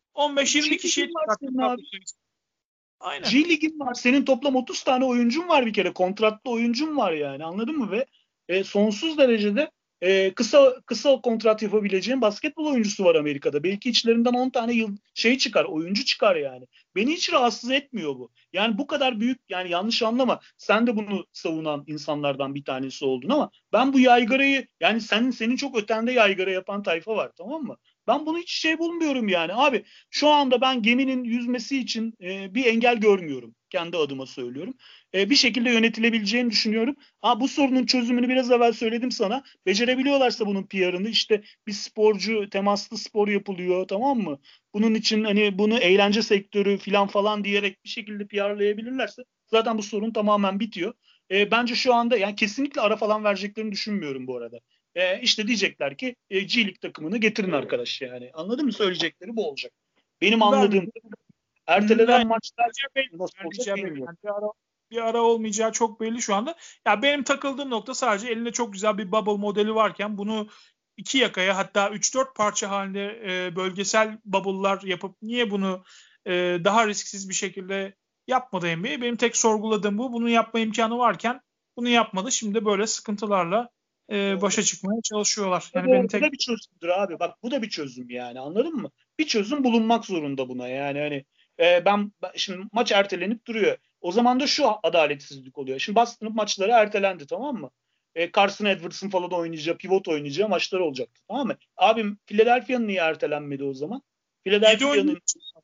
G on beş yirmi kişiye Lig'in var çıkartın senin kadro abi. sayısı. Aynen. G Lig'in var. Senin toplam otuz tane oyuncun var bir kere. Kontratlı oyuncun var yani. Anladın mı? Ve e, sonsuz derecede e, kısa kısa kontrat yapabileceğin basketbol oyuncusu var Amerika'da. Belki içlerinden on tane yıl şey çıkar, oyuncu çıkar yani. Beni hiç rahatsız etmiyor bu. Yani bu kadar büyük, yani yanlış anlama. Sen de bunu savunan insanlardan bir tanesi oldun ama ben bu yaygarayı, yani senin senin çok ötende yaygara yapan tayfa var, tamam mı? Ben bunu hiç şey bulmuyorum yani. Abi şu anda ben geminin yüzmesi için e, bir engel görmüyorum. Kendi adıma söylüyorum. E, bir şekilde yönetilebileceğini düşünüyorum. Ha, bu sorunun çözümünü biraz evvel söyledim sana. Becerebiliyorlarsa bunun P R'ını, işte bir sporcu, temaslı spor yapılıyor, tamam mı? Bunun için hani bunu eğlence sektörü falan falan diyerek bir şekilde P R'layabilirlerse zaten bu sorun tamamen bitiyor. E, bence şu anda yani kesinlikle ara falan vereceklerini düşünmüyorum bu arada. E, işte diyecekler ki e, G League takımını getirin arkadaş yani. Anladın mı? Söyleyecekleri bu olacak. Benim anladığım Vermeyecek. ertelenen Ne, maçlar vereceği belli. nasıl olacak Vereceği belli. bilmiyorum. Yani bir ara, bir ara olmayacağı çok belli şu anda. Ya benim takıldığım nokta sadece elinde çok güzel bir bubble modeli varken bunu iki yakaya, hatta üç dört parça halinde e, bölgesel bubble'lar yapıp niye bunu e, daha risksiz bir şekilde yapmadı N B A? Benim tek sorguladığım bu. Bunu yapma imkanı varken bunu yapmadı. Şimdi de böyle sıkıntılarla e, Doğru. başa çıkmaya çalışıyorlar. Yani benim Doğru. Bu tek da bir çözümdür abi. Bak bu da bir çözüm yani. Anladın mı? Bir çözüm bulunmak zorunda buna. Yani hani e, ben ben- şimdi maç ertelenip duruyor. O zaman da şu adaletsizlik oluyor. Şimdi Boston'ın maçları ertelendi, tamam mı? E, Carson Edwards'ın falan oynayacağı, pivot oynayacağı maçlar olacaktı. Tamam mı? Abim Philadelphia'nın niye ertelenmedi o zaman? yedi oyuncu Philadelphia'nın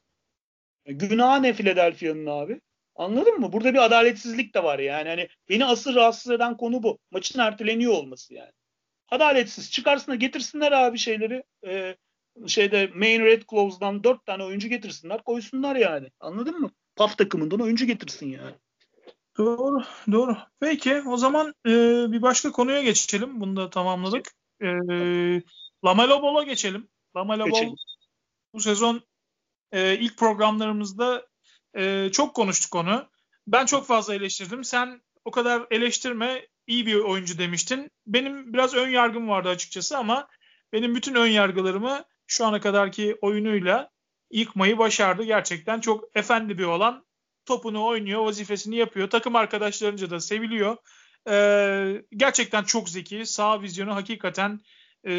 günahı ne Philadelphia'nın abi? Anladın mı? Burada bir adaletsizlik de var yani. Hani beni asıl rahatsız eden konu bu. Maçın erteleniyor olması yani. Adaletsiz. Çıkarsınlar, getirsinler abi şeyleri. E, şeyde Main Red Claws'dan dört tane oyuncu getirsinler, koysunlar yani. Anladın mı? P A F takımından oyuncu getirsin yani. Doğru, doğru. Peki, o zaman e, bir başka konuya geçelim. Bunu da tamamladık. E, Lamelo Ball'a geçelim. Lamelo Ball Geçelim. bu sezon e, ilk programlarımızda e, çok konuştuk onu. Ben çok fazla eleştirdim. Sen o kadar eleştirme, iyi bir oyuncu demiştin. Benim biraz ön yargım vardı açıkçası ama benim bütün ön yargılarımı şu ana kadarki oyunuyla yıkmayı başardı. Gerçekten çok efendi bir olan. Topunu oynuyor, vazifesini yapıyor. Takım arkadaşlarınca da seviliyor. Ee, gerçekten çok zeki. Sağ vizyonu hakikaten e,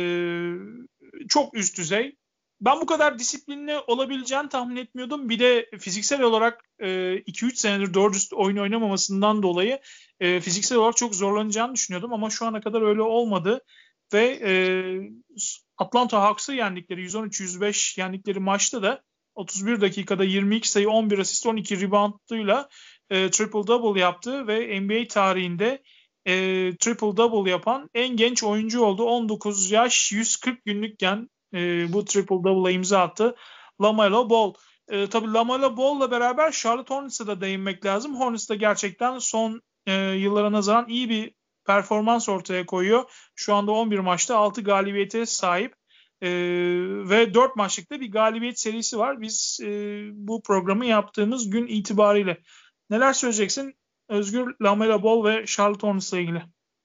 çok üst düzey. Ben bu kadar disiplinli olabileceğini tahmin etmiyordum. Bir de fiziksel olarak e, iki üç senedir doğru düz oyun oynamamasından dolayı e, fiziksel olarak çok zorlanacağını düşünüyordum. Ama şu ana kadar öyle olmadı. Ve e, Atlanta Hawks'ı yendikleri yüz on üç yüz beş yendikleri maçta da otuz bir dakikada yirmi iki sayı, on bir asist, on iki rebounduyla e, triple double yaptı ve N B A tarihinde e, triple double yapan en genç oyuncu oldu. on dokuz yaş yüz kırk günlükken e, bu triple double'a imza attı LaMelo Ball. E, tabii LaMelo Ball'la beraber Charlotte Hornets'a da değinmek lazım. Hornets da gerçekten son e, yıllara nazaran iyi bir performans ortaya koyuyor. Şu anda on bir maçta altı galibiyete sahip. Ee, ve dört maçlıkta bir galibiyet serisi var. Biz e, bu programı yaptığımız gün itibariyle. Neler söyleyeceksin Özgür, LaMelo Ball ve Charlotte Hornets'la ilgili?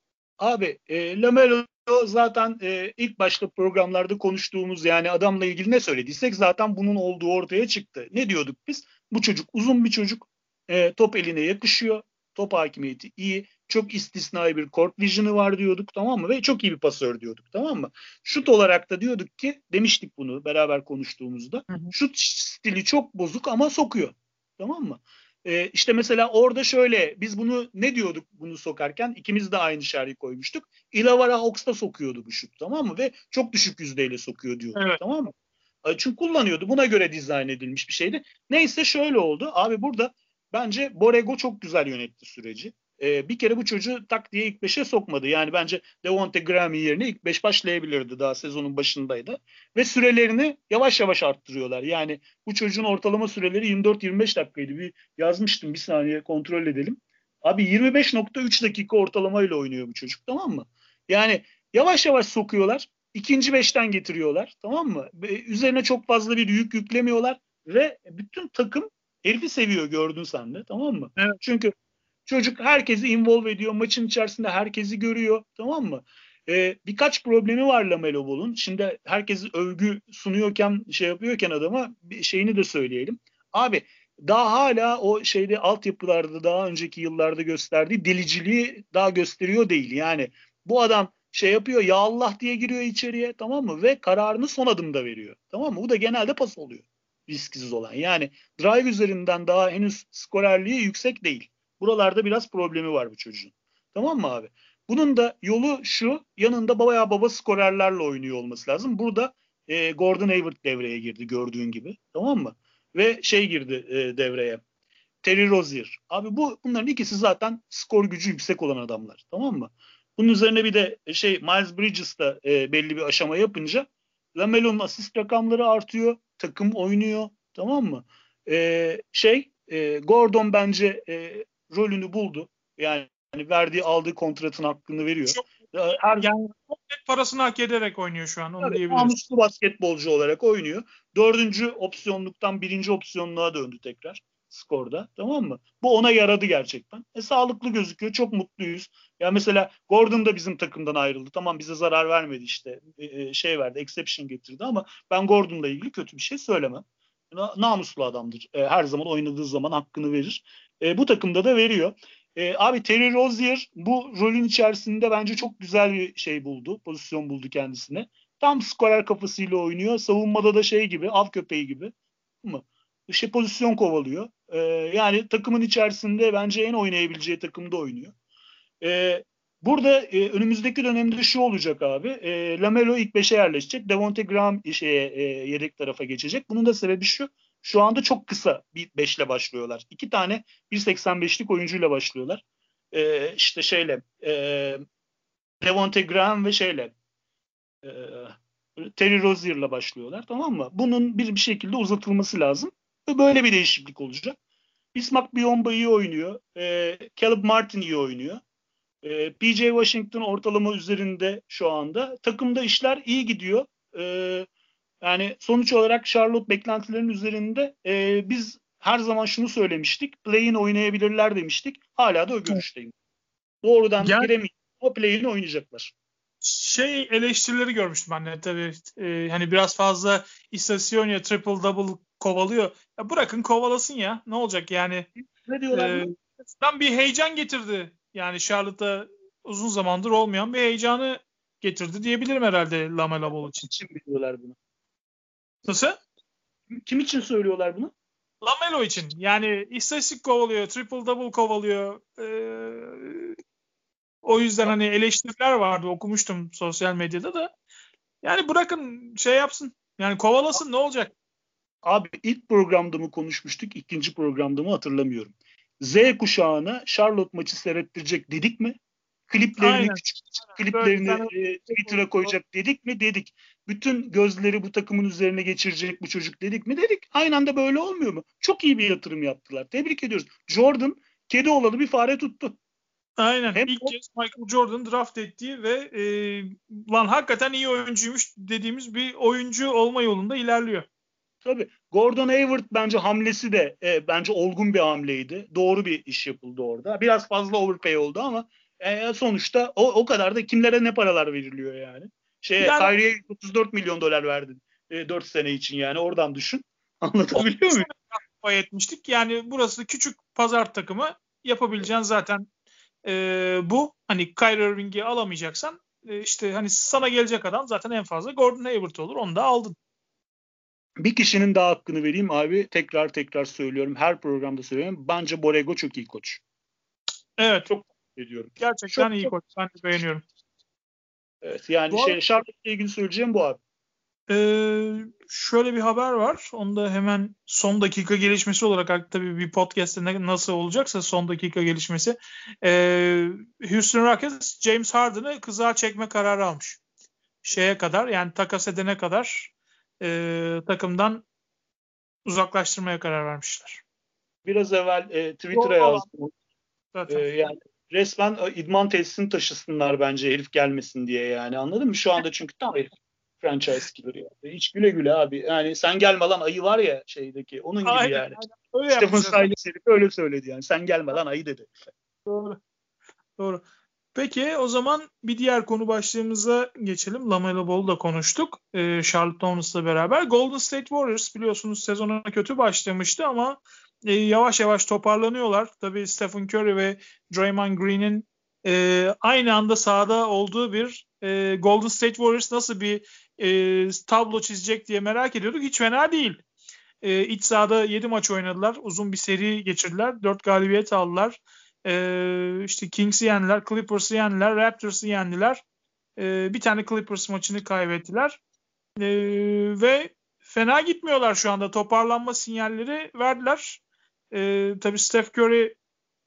Abi e, LaMelo zaten e, ilk başta programlarda konuştuğumuz, yani adamla ilgili ne söylediysek zaten bunun olduğu ortaya çıktı. Ne diyorduk biz? Bu çocuk uzun bir çocuk. E, top eline yakışıyor. Top hakimiyeti iyi. Çok istisnai bir court vision'ı var diyorduk, tamam mı? Ve çok iyi bir pasör diyorduk, tamam mı? Şut olarak da diyorduk ki, demiştik bunu beraber konuştuğumuzda. Hı hı. Şut stili çok bozuk ama sokuyor. Tamam mı? Ee, işte mesela orada şöyle, biz bunu ne diyorduk bunu sokarken? İkimiz de aynı şerhi koymuştuk. Ilavara Hawks'ta sokuyordu bu şut, tamam mı? Ve çok düşük yüzdeyle sokuyor diyorduk, evet. Tamam mı? Çünkü kullanıyordu. Buna göre dizayn edilmiş bir şeydi. Neyse şöyle oldu. Abi burada bence Borrego çok güzel yönetti süreci. Ee, bir kere bu çocuğu tak diye ilk beşe sokmadı. Yani bence Devonte Graham yerine ilk beş başlayabilirdi, daha sezonun başındaydı. Ve sürelerini yavaş yavaş arttırıyorlar. Yani bu çocuğun ortalama süreleri yirmi dört yirmi beş dakikaydı. Bir yazmıştım, bir saniye kontrol edelim. Abi yirmi beş nokta üç dakika ortalamayla oynuyor bu çocuk, tamam mı? Yani yavaş yavaş sokuyorlar. İkinci beşten getiriyorlar, tamam mı? Üzerine çok fazla bir yük yüklemiyorlar ve bütün takım herifi seviyor, gördün sen de, tamam mı? Evet. Çünkü çocuk herkesi involve ediyor. Maçın içerisinde herkesi görüyor. Tamam mı? Ee, birkaç problemi var LaMelo Ball'un. Şimdi herkes övgü sunuyorken, şey yapıyorken adama bir şeyini de söyleyelim. Abi daha hala o şeyde altyapılarda daha önceki yıllarda gösterdiği deliciliği daha gösteriyor değil. Yani bu adam şey yapıyor, ya Allah diye giriyor içeriye, tamam mı? Ve kararını son adımda veriyor. Tamam mı? Bu da genelde pas oluyor. Risksiz olan. Yani drive üzerinden daha henüz skorerliği yüksek değil. Buralarda biraz problemi var bu çocuğun. Tamam mı abi? Bunun da yolu şu, yanında bayağı baba skorerlerle oynuyor olması lazım. Burada e, Gordon Hayward devreye girdi, gördüğün gibi. Tamam mı? Ve şey girdi e, devreye. Terry Rozier. Abi bu bunların ikisi zaten skor gücü yüksek olan adamlar. Tamam mı? Bunun üzerine bir de şey Miles Bridges da e, belli bir aşama yapınca LaMelo'nun asist rakamları artıyor. Takım oynuyor. Tamam mı? E, şey e, Gordon bence e, rolünü buldu. Yani verdiği, aldığı kontratın hakkını veriyor. Çok, Her, yani parasını hak ederek oynuyor şu an. Onu evet, diyebiliriz. namuslu basketbolcu olarak oynuyor. Dördüncü opsiyonluktan birinci opsiyonluğa döndü tekrar skorda. Tamam mı? Bu ona yaradı gerçekten. E, sağlıklı gözüküyor. Çok mutluyuz. Ya mesela Gordon da bizim takımdan ayrıldı. Tamam, bize zarar vermedi işte. E, şey verdi, exception getirdi ama ben Gordon'la ilgili kötü bir şey söylemem. Namuslu adamdır. E, her zaman oynadığı zaman hakkını verir. E, bu takımda da veriyor. E, abi Terry Rozier bu rolün içerisinde bence çok güzel bir şey buldu. Pozisyon buldu kendisine. Tam skorer kafasıyla oynuyor. Savunmada da şey gibi, av köpeği gibi. Mı? İşte pozisyon kovalıyor. E, yani takımın içerisinde bence en oynayabileceği takımda oynuyor. E, burada e, önümüzdeki dönemde şu olacak abi. E, LaMelo ilk beşe yerleşecek. Devonte Graham şeye, e, yedek tarafa geçecek. Bunun da sebebi şu. Şu anda çok kısa bir beşle başlıyorlar. İki tane bir seksen beşlik oyuncuyla başlıyorlar. Ee, işte şeyle e, Devonte Graham ve şeyle e, Terry Rozier'la başlıyorlar. Tamam mı? Bunun bir, bir şekilde uzatılması lazım. Ve böyle bir değişiklik olacak. Bismack Biyombo iyi oynuyor. E, Caleb Martin iyi oynuyor. E, P J Washington ortalama üzerinde şu anda. Takımda işler iyi gidiyor. E, Yani sonuç olarak Charlotte beklentilerin üzerinde. E, biz her zaman şunu söylemiştik. Play-in oynayabilirler demiştik. Hala da o görüşteyim. Doğrudan yani, giremeyecek ama play-in oynayacaklar. Şey eleştirileri görmüştüm ben de tabii. E, hani biraz fazla istatisyon ya, triple double kovalıyor. Ya bırakın kovalasın ya. Ne olacak yani? Ne diyorlar? E, ben bir heyecan getirdi. Yani Charlotte'da uzun zamandır olmayan bir heyecanı getirdi diyebilirim herhalde Lamelo Ball için. Kim için biliyorlar bunu? Nasıl? Kim için söylüyorlar bunu? Lamelo için. Yani istatistik kovalıyor, triple double kovalıyor. Ee, o yüzden hani eleştiriler vardı, okumuştum sosyal medyada da. Yani bırakın şey yapsın. Yani kovalasın, ne olacak? Abi ilk programda mı konuşmuştuk, ikinci programda mı hatırlamıyorum. Z kuşağına Charlotte maçı seyrettirecek dedik mi? Kliplerini Aynen. küçük küçük Aynen. Böyle bir kliplerini tane e, Twitter'a koyacak dedik mi? Dedik. Bütün gözleri bu takımın üzerine geçirecek bu çocuk dedik mi? Dedik. Aynı anda böyle olmuyor mu? Çok iyi bir yatırım yaptılar. Tebrik ediyoruz. Jordan kedi oğlanı bir fare tuttu. Aynen. Hem İlk o, kez Michael Jordan draft ettiği ve e, lan hakikaten iyi oyuncuymuş dediğimiz bir oyuncu olma yolunda ilerliyor. tabii Gordon Hayward bence hamlesi de e, bence olgun bir hamleydi. Doğru bir iş yapıldı orada. Biraz fazla overpay oldu ama e, sonuçta o, o kadar da kimlere ne paralar veriliyor yani. Şeye Yani Kyrie'ye otuz dört milyon dolar verdin. E, dört sene için yani oradan düşün. Anlatabiliyor muyum? pay etmiştik. Yani burası küçük pazar takımı, yapabileceğin zaten e, bu. Hani Kyrie Irving'i alamayacaksan e, işte hani sana gelecek adam zaten en fazla Gordon Hayward olur. Onu da aldın. Bir kişinin daha hakkını vereyim abi. Tekrar tekrar söylüyorum. Her programda söylüyorum. Bence Borrego çok iyi koç. Evet. Çok ediyorum. Gerçekten Çok iyi çok. koç. Ben de beğeniyorum. Evet yani Bu şey Charlotte'la ilgili söyleyeceğim bu abi. Ee, şöyle bir haber var. Onu da hemen son dakika gelişmesi olarak artık tabii bir podcast'te ne- nasıl olacaksa son dakika gelişmesi. Ee, Houston Rockets James Harden'ı kızağa çekme kararı almış. Şeye kadar yani takas edene kadar e, takımdan uzaklaştırmaya karar vermişler. Biraz evvel e, Twitter'a Doğru olan yazdım. E, zaten. yani resmen e, idman tesisini taşısınlar bence herif gelmesin diye yani. Anladın mı? Şu anda çünkü tam herif franchise killer yani. Hiç güle güle abi. Yani sen gelme lan ayı var ya şeydeki. Onun gibi Aynen, yani. aynen. Öyle Stephen yapmışlar. Silas herif öyle söyledi yani. Sen gelme lan ayı dedi. Doğru. Doğru. Peki o zaman bir diğer konu başlığımıza geçelim. Lamelo Ball'u da konuştuk. Ee, Charlotte Hornets'la beraber. Golden State Warriors biliyorsunuz sezona kötü başlamıştı ama e, yavaş yavaş toparlanıyorlar. Tabii Stephen Curry ve Draymond Green'in e, aynı anda sahada olduğu bir e, Golden State Warriors nasıl bir e, tablo çizecek diye merak ediyorduk. Hiç fena değil. E, iç sahada yedi maç oynadılar. Uzun bir seri geçirdiler. dört galibiyet aldılar. E, işte Kings'i yendiler, Clippers'ı yendiler, Raptors'ı yendiler. E, bir tane Clippers maçını kaybettiler. E, ve fena gitmiyorlar şu anda. Toparlanma sinyalleri verdiler. E, tabii Steph Curry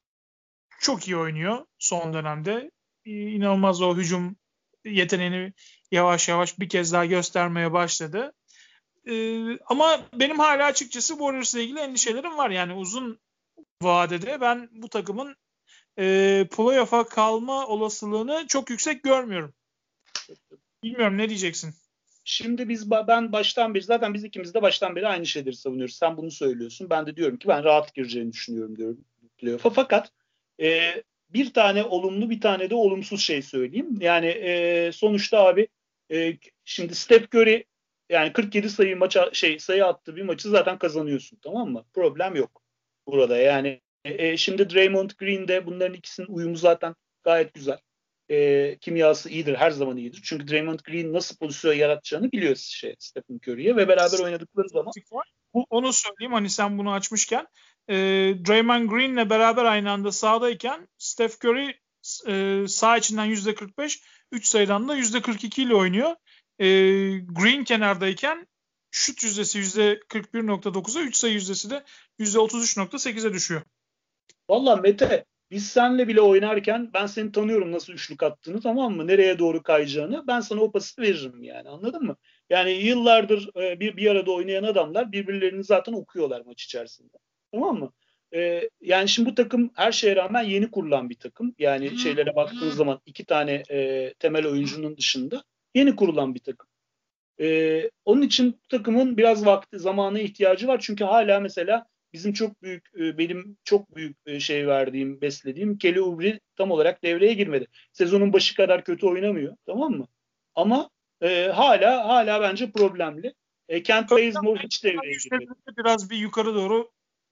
çok iyi oynuyor son dönemde. E, inanılmaz o hücum yeteneğini yavaş yavaş bir kez daha göstermeye başladı. Ee, ama benim hala açıkçası Warriors'la ilgili endişelerim var. Yani uzun vadede ben bu takımın e, playoff'a kalma olasılığını çok yüksek görmüyorum. Bilmiyorum, ne diyeceksin? Şimdi biz ben baştan beri zaten biz ikimiz de baştan beri aynı şeyleri savunuyoruz. Sen bunu söylüyorsun. Ben de diyorum ki ben rahat gireceğini düşünüyorum diyorum playoff'a. Fakat e, bir tane olumlu bir tane de olumsuz şey söyleyeyim. Yani e, sonuçta abi e, şimdi Steph Curry yani kırk yedi sayı maça şey sayı attığı bir maçı zaten kazanıyorsun, tamam mı? Problem yok burada. Yani e, şimdi Draymond Green de bunların ikisinin uyumu zaten gayet güzel. E, kimyası iyidir, her zaman iyidir. Çünkü Draymond Green nasıl pozisyon yaratacağını biliyor şey, Stephen Curry'ye ve beraber oynadıkları zaman Bu, onu söyleyeyim hani sen bunu açmışken e, Draymond Green'le beraber aynı anda sahadayken Steph Curry e, sağ içinden yüzde kırk beş, üç sayıdan da yüzde kırk iki ile oynuyor. E, Green kenardayken şut yüzdesi yüzde kırk bir nokta dokuza, üç sayı yüzdesi de yüzde otuz üç nokta sekize düşüyor. valla Mete biz seninle bile oynarken ben seni tanıyorum nasıl üçlük attığını, tamam mı? Nereye doğru kayacağını ben sana o pası veririm yani, anladın mı? Yani yıllardır e, bir, bir arada oynayan adamlar birbirlerini zaten okuyorlar maç içerisinde. Tamam mı? E, yani şimdi bu takım her şeye rağmen yeni kurulan bir takım. Yani şeylere baktığın zaman iki tane e, temel oyuncunun dışında yeni kurulan bir takım. Ee, onun için bu takımın biraz vakti, zamana ihtiyacı var. Çünkü hala mesela bizim çok büyük, e, benim çok büyük e, şey verdiğim, beslediğim Kelly Oubre tam olarak devreye girmedi. Sezonun başı kadar kötü oynamıyor, tamam mı? Ama e, hala hala bence problemli. E, Kent Bazemore hiç devreye girmedi. Biraz bir yukarı doğru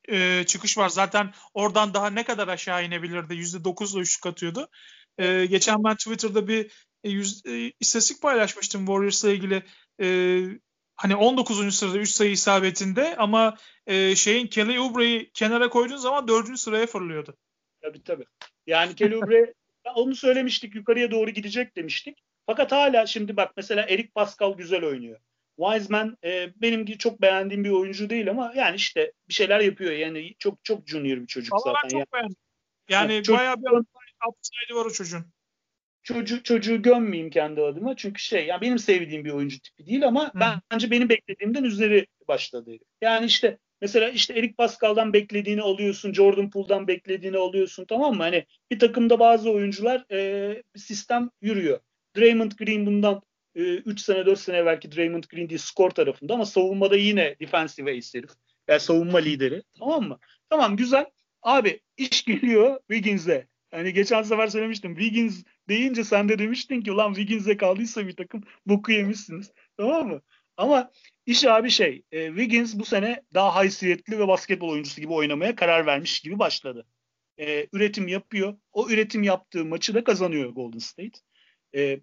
e, çıkış var. Zaten oradan daha ne kadar aşağı inebilirdi? yüzde dokuzla üçlük atıyordu. E, geçen ben Twitter'da bir e, yüz, e, istatistik paylaşmıştım Warriors'la ilgili. E, hani on dokuzuncu sırada üç sayı isabetinde ama e, şeyin Kelly Oubre'yi kenara koyduğun zaman dördüncü sıraya fırlıyordu. Tabii tabii. Yani Kelly Oubre onu söylemiştik, yukarıya doğru gidecek demiştik. Fakat hala şimdi bak mesela Eric Pascal güzel oynuyor. Wiseman e, benim çok beğendiğim bir oyuncu değil ama yani işte bir şeyler yapıyor. Yani çok çok junior bir çocuk Ama zaten. ben çok yani. beğendim. Yani Çocuk, bayağı bir upside'ı var o çocuğun. Çocuğu, çocuğu gömmeyeyim kendi adıma. Çünkü şey yani benim sevdiğim bir oyuncu tipi değil ama Hı. bence benim beklediğimden üzeri başladı. Yani işte mesela işte Eric Pascal'dan beklediğini alıyorsun. Jordan Poole'dan beklediğini alıyorsun, tamam mı? Hani bir takımda bazı oyuncular e, bir sistem yürüyor. Draymond Green bundan üç sene dört sene belki Draymond Green değil skor tarafında ama savunmada yine defensive ace herif. Yani savunma lideri. Tamam mı? Tamam güzel. Abi iş geliyor Wiggins'e. Yani geçen sefer söylemiştim. Wiggins deyince sen de demiştin ki ulan Wiggins'e kaldıysa bir takım boku yemişsiniz. Tamam mı? Ama iş abi şey e, Wiggins bu sene daha haysiyetli ve basketbol oyuncusu gibi oynamaya karar vermiş gibi başladı. E, üretim yapıyor. O üretim yaptığı maçı da kazanıyor Golden State. E,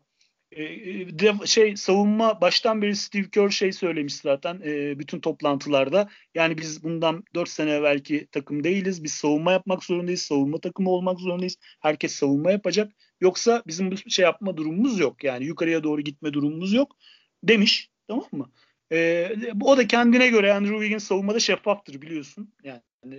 e, şey savunma baştan beri Steve Kerr şey söylemiş zaten e, bütün toplantılarda. Yani biz bundan dört sene evvelki takım değiliz. Biz savunma yapmak zorundayız. Savunma takımı olmak zorundayız. Herkes savunma yapacak. Yoksa bizim bu şey yapma durumumuz yok. Yani yukarıya doğru gitme durumumuz yok demiş. Tamam mı? E, o da kendine göre Andrew Wiggins savunmada şeffaftır biliyorsun. Yani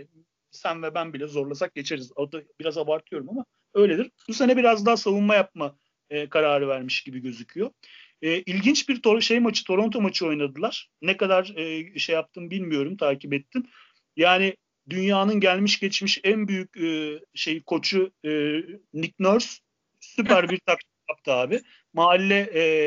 sen ve ben bile zorlasak geçeriz. O da biraz abartıyorum ama öyledir. Bu sene biraz daha savunma yapma e, kararı vermiş gibi gözüküyor. E, ilginç bir to- şey maçı, Toronto maçı oynadılar. Ne kadar e, şey yaptım bilmiyorum, takip ettim. Yani dünyanın gelmiş geçmiş en büyük e, şey koçu e, Nick Nurse süper bir taktik yaptı abi. Mahalle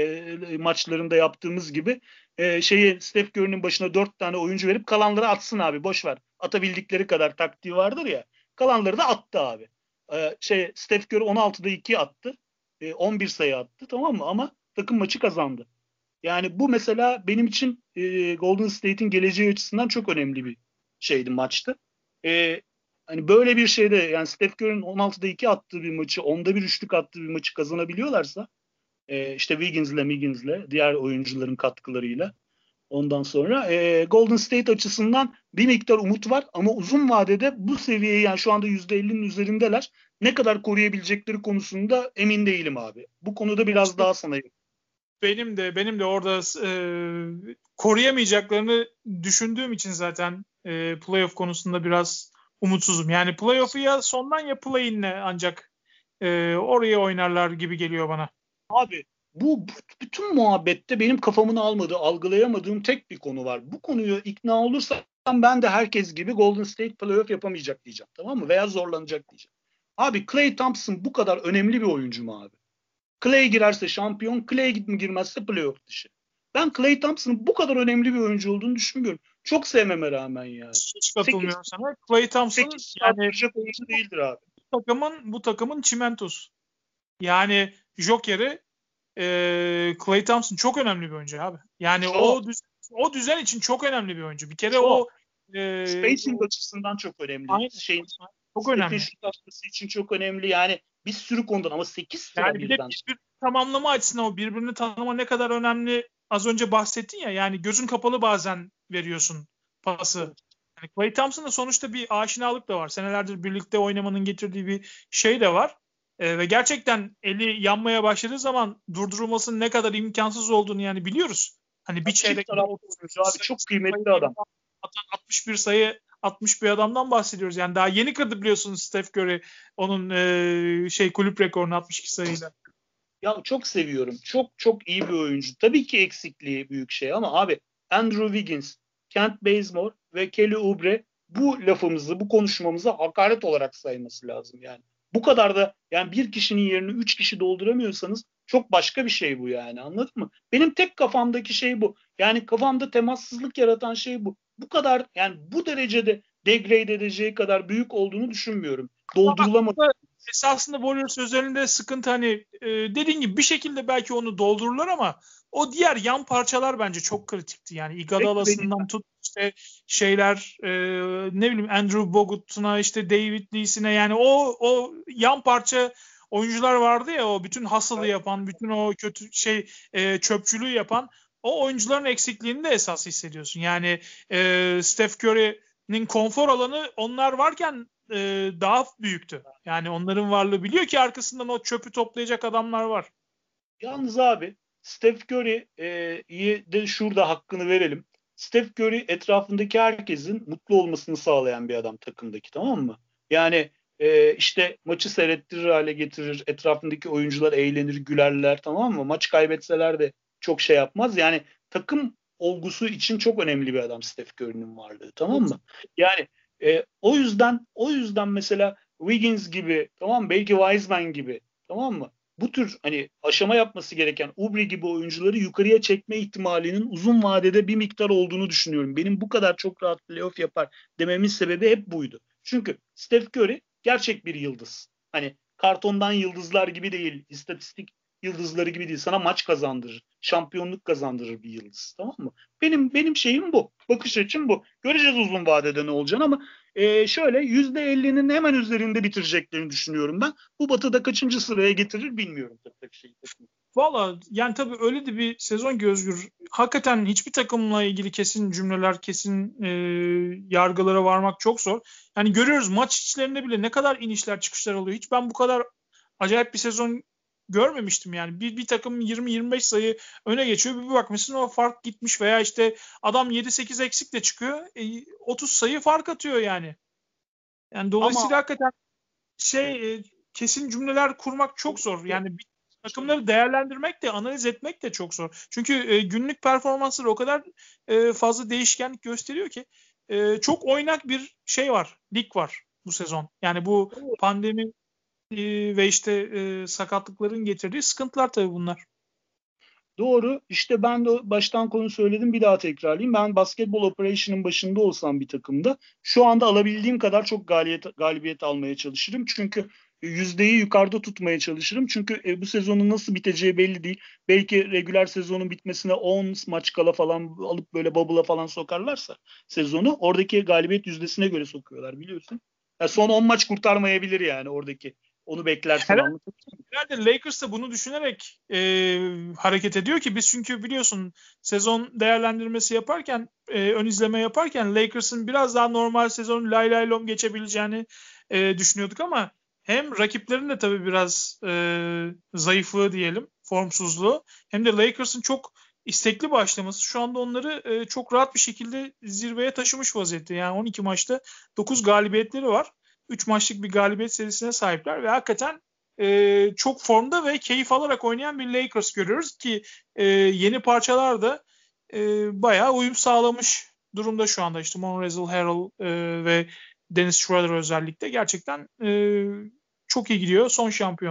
e, maçlarında yaptığımız gibi e, şeyi Steph Curry'nin başına dört tane oyuncu verip kalanları atsın abi, boş ver. Atabildikleri kadar taktiği vardır ya. Kalanları da attı abi. E, şey Steph Curry on altıda iki attı. E, on bir sayı attı, tamam mı? Ama takım maçı kazandı. Yani bu mesela benim için e, Golden State'in geleceği açısından çok önemli bir şeydi, maçtı. E, hani böyle bir şeyde yani Steph Curry'nin on altıda iki attığı bir maçı, onda bir üçlük attığı bir maçı kazanabiliyorlarsa e, işte Wiggins'le, Wiggins'le diğer oyuncuların katkılarıyla ondan sonra e, Golden State açısından bir miktar umut var ama uzun vadede bu seviyeyi yani şu anda yüzde ellinin üzerindeler. Ne kadar koruyabilecekleri konusunda emin değilim abi. Bu konuda biraz daha sana Benim de benim de orada e, koruyamayacaklarını düşündüğüm için zaten e, playoff konusunda biraz umutsuzum. Yani playoff'u ya sondan ya play-in'le ancak e, oraya oynarlar gibi geliyor bana. Abi bu, bu bütün muhabbette benim kafamın almadığı, algılayamadığım tek bir konu var. Bu konuyu ikna olursam ben de herkes gibi Golden State playoff yapamayacak diyeceğim. Tamam mı? Veya zorlanacak diyeceğim. Abi Klay Thompson bu kadar önemli bir oyuncu mu abi? Klay girerse şampiyon, Klay girmezse playoff dışı. Ben Klay Thompson'ın bu kadar önemli bir oyuncu olduğunu düşünmüyorum. Çok sevmeme rağmen yani. Hiç katılmıyorum sana. Klay Thompson yani oyuncu değildir abi. Bu takımın bu takımın çimentosu. Yani Joker'i e, Klay Thompson çok önemli bir oyuncu abi. Yani çok. o düzen, o düzen için çok önemli bir oyuncu. Bir kere çok. o e, spacing o, açısından çok önemli. Aynen. Şeyin, çok Stephen önemli. Şut atması için çok önemli. Yani bir sürü konudan ama sekiz sıra yani birden. Yani bir de bir tamamlama açısından o birbirini tanıma ne kadar önemli. Az önce bahsettin ya, yani gözün kapalı bazen veriyorsun pası. Evet. Yani Klay Thompson'da sonuçta bir aşinalık da var. Senelerdir birlikte oynamanın getirdiği bir şey de var. Ee, ve gerçekten eli yanmaya başladığı zaman durdurulmasının ne kadar imkansız olduğunu yani biliyoruz. Hani bir çeyrek abi çok kıymetli adam. altmış bir sayı atmış bir adamdan bahsediyoruz. Yani daha yeni kırdı biliyorsunuz Steph Curry onun e, şey kulüp rekorunu altmış iki sayıyla. Ya çok seviyorum. Çok çok iyi bir oyuncu. Tabii ki eksikliği büyük şey ama abi Andrew Wiggins, Kent Bazemore ve Kelly Oubre bu lafımızı, bu konuşmamızı hakaret olarak sayması lazım yani. Bu kadar da yani bir kişinin yerini üç kişi dolduramıyorsanız çok başka bir şey bu yani, anladın mı? Benim tek kafamdaki şey bu. Yani kafamda temassızlık yaratan şey bu. Bu kadar yani bu derecede degrade edeceği kadar büyük olduğunu düşünmüyorum. Doldurulamadı. Esasında Warriors özelinde sıkıntı hani e, dediğin gibi bir şekilde belki onu doldururlar ama o diğer yan parçalar bence çok kritikti. Yani Iguodalası'ndan tut işte şeyler e, ne bileyim Andrew Bogut'una işte David Lee'sine yani o o yan parça oyuncular vardı ya o bütün hustle'ı yapan, bütün o kötü şey e, çöpçülüğü yapan o oyuncuların eksikliğini de esas hissediyorsun. Yani e, Steph Curry'nin konfor alanı onlar varken e, daha büyüktü. Yani onların varlığı biliyor ki arkasından o çöpü toplayacak adamlar var. Yalnız abi Steph Curry'yi de şurada hakkını verelim. Steph Curry etrafındaki herkesin mutlu olmasını sağlayan bir adam takımdaki, tamam mı? Yani e, işte maçı seyrettirir hale getirir. Etrafındaki oyuncular eğlenir, gülerler, tamam mı? Maç kaybetseler de çok şey yapmaz. Yani takım olgusu için çok önemli bir adam Steph Curry'nin varlığı, tamam mı? Yani e, o yüzden o yüzden mesela Wiggins gibi, tamam mı? Belki Wiseman gibi, tamam mı? Bu tür hani aşama yapması gereken Oubre gibi oyuncuları yukarıya çekme ihtimalinin uzun vadede bir miktar olduğunu düşünüyorum. Benim bu kadar çok rahat playoff yapar dememin sebebi hep buydu. Çünkü Steph Curry gerçek bir yıldız. Hani kartondan yıldızlar gibi değil, istatistik yıldızları gibi değil. Sana maç kazandırır, şampiyonluk kazandırır bir yıldız. Tamam mı? Benim benim şeyim bu. Bakış açım bu. Göreceğiz uzun vadede ne olacağını ama e, şöyle yüzde ellinin hemen üzerinde bitireceklerini düşünüyorum ben. Bu batıda kaçıncı sıraya getirir bilmiyorum tabii şey. Valla yani tabii öyle de bir sezon ki Özgür. Hakikaten hiçbir takımla ilgili kesin cümleler, kesin e, yargılara varmak çok zor. Yani görüyoruz maç içlerinde bile ne kadar inişler çıkışlar oluyor. Hiç ben bu kadar acayip bir sezon görmemiştim yani. Bir, bir takım yirmi yirmi beş sayı öne geçiyor. Bir, bir bakmışsın o fark gitmiş veya işte adam yedi sekiz eksik de çıkıyor. E, otuz sayı fark atıyor yani. Yani Ama dolayısıyla hakikaten şey e, kesin cümleler kurmak çok zor. Yani bir takımları değerlendirmek de analiz etmek de çok zor. Çünkü e, günlük performansları o kadar e, fazla değişkenlik gösteriyor ki e, çok oynak bir şey var. Lig var bu sezon. Yani bu pandemi e, ve işte e, sakatlıkların getirdiği sıkıntılar tabii bunlar. doğru. İşte ben de baştan konu söyledim, bir daha tekrarlayayım. Ben basketbol operation'ın başında olsam bir takımda şu anda alabildiğim kadar çok galibiyet, galibiyet almaya çalışırım. Çünkü yüzdeyi yukarıda tutmaya çalışırım. Çünkü e, bu sezonun nasıl biteceği belli değil. Belki regüler sezonun bitmesine on maç kala falan alıp böyle bubble'a falan sokarlarsa sezonu oradaki galibiyet yüzdesine göre sokuyorlar biliyorsun. Yani son on maç kurtarmayabilir yani oradaki. Onu beklersen Herhalde, anlatabiliyor herhalde Lakers da bunu düşünerek e, hareket ediyor ki biz çünkü biliyorsun sezon değerlendirmesi yaparken e, ön izleme yaparken Lakers'ın biraz daha normal sezon lay lay lom geçebileceğini e, düşünüyorduk ama hem rakiplerin de tabii biraz e, zayıflığı diyelim, formsuzluğu hem de Lakers'ın çok istekli başlaması şu anda onları e, çok rahat bir şekilde zirveye taşımış vaziyette. Yani on iki maçta dokuz galibiyetleri var. üç maçlık bir galibiyet serisine sahipler ve hakikaten e, çok formda ve keyif alarak oynayan bir Lakers görüyoruz ki e, yeni parçalar da e, bayağı uyum sağlamış durumda şu anda. İşte Montrezl Harrell e, ve Dennis Schroeder özellikle gerçekten e, çok iyi gidiyor. Son şampiyon.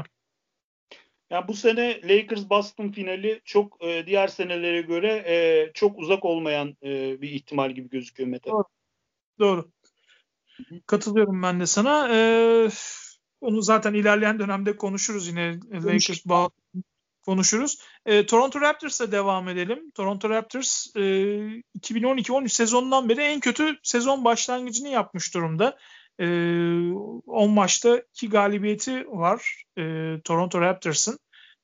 Ya bu sene Lakers Boston finali çok e, diğer senelere göre e, çok uzak olmayan e, bir ihtimal gibi gözüküyor Mete. Doğru. Doğru. Katılıyorum ben de sana. Ee, onu zaten ilerleyen dönemde konuşuruz yine Lakers bağ konuşuruz. Ee, Toronto Raptors'a devam edelim. Toronto Raptors e, iki bin on iki on üç sezonundan beri en kötü sezon başlangıcını yapmış durumda. Ee, on maçta iki galibiyeti var e, Toronto Raptors'ın.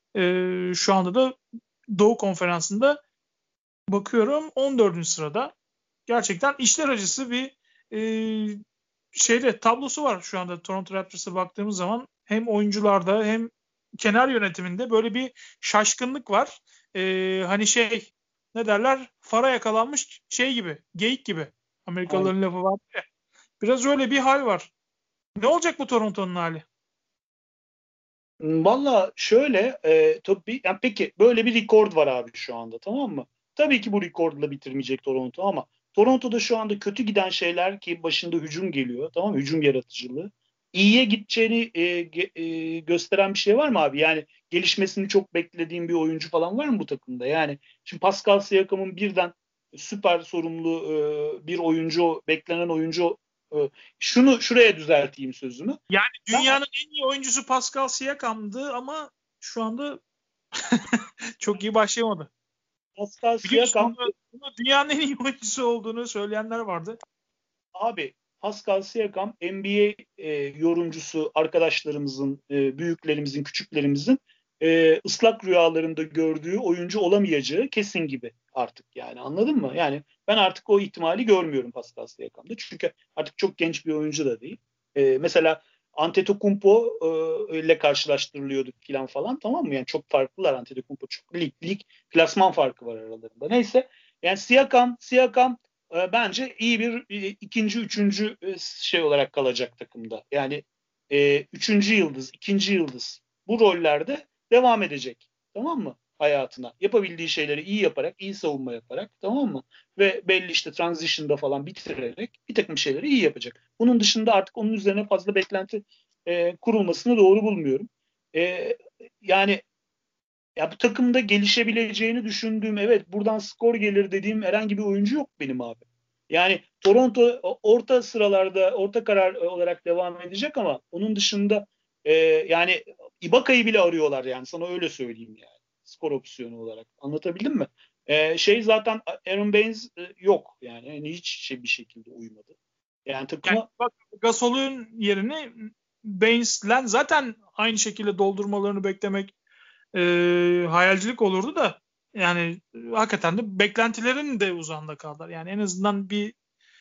E, şu anda da Doğu Konferansı'nda bakıyorum on dördüncü sırada. Gerçekten işler acısı bir e, şeyde tablosu var şu anda Toronto Raptors'a baktığımız zaman hem oyuncularda hem kenar yönetiminde böyle bir şaşkınlık var. Ee, hani şey ne derler fara yakalanmış şey gibi geyik gibi Aynen. Amerikalıların lafı var ya. Biraz öyle bir hal var. Ne olacak bu Toronto'nun hali? Valla şöyle e, tabii yani peki böyle bir rekord var abi şu anda, tamam mı? Tabii ki bu rekordla bitirmeyecek Toronto ama Toronto'da şu anda kötü giden şeyler ki başında hücum geliyor, tamam mı? Hücum yaratıcılığı. İyiye gideceğini e, ge- e, gösteren bir şey var mı abi? Yani gelişmesini çok beklediğin bir oyuncu falan var mı bu takımda? Yani şimdi Pascal Siakam'ın birden süper sorumlu e, bir oyuncu, beklenen oyuncu e, şunu şuraya düzelteyim sözümü. Yani Ben dünyanın en iyi oyuncusu Pascal Siakam'dı ama şu anda çok iyi başlayamadı. Pascal Biliyorsun Siakam, onu, onu dünyanın en iyi oyuncusu olduğunu söyleyenler vardı. abi Pascal Siakam N B A e, yorumcusu arkadaşlarımızın, e, büyüklerimizin, küçüklerimizin e, ıslak rüyalarında gördüğü oyuncu olamayacağı kesin gibi artık, yani anladın mı? Yani ben artık o ihtimali görmüyorum Pascal Siakam'da. Çünkü artık çok genç bir oyuncu da değil. E, mesela Antetokounmpo e, ile karşılaştırılıyorduk falan falan, tamam mı? Yani çok farklılar Antetokounmpo. Çok lig, lig klasman farkı var aralarında. Neyse. Yani Siakam, Siakam e, bence iyi bir e, ikinci, üçüncü e, şey olarak kalacak takımda. Yani e, üçüncü yıldız, ikinci yıldız bu rollerde devam edecek. Tamam mı? Hayatına. Yapabildiği şeyleri iyi yaparak, iyi savunma yaparak, tamam mı? Ve belli işte transition'da falan bitirerek bir takım şeyleri iyi yapacak. Bunun dışında artık onun üzerine fazla beklenti e, kurulmasını doğru bulmuyorum. E, yani ya bu takımda gelişebileceğini düşündüğüm, evet buradan skor gelir dediğim herhangi bir oyuncu yok benim abi. Yani Toronto orta sıralarda, orta karar olarak devam edecek ama onun dışında e, yani Ibaka'yı bile arıyorlar, yani sana öyle söyleyeyim yani. Skor opsiyonu olarak. Anlatabildim mi? E, şey zaten Aaron Baines e, yok yani. Yani hiç şey bir şekilde uymadı. Yani Yani takıma bak, Gasol'ün yerini Baines'len zaten aynı şekilde doldurmalarını beklemek e, hayalcilik olurdu da yani e, hakikaten de beklentilerin de uzağında kaldılar. Yani en azından bir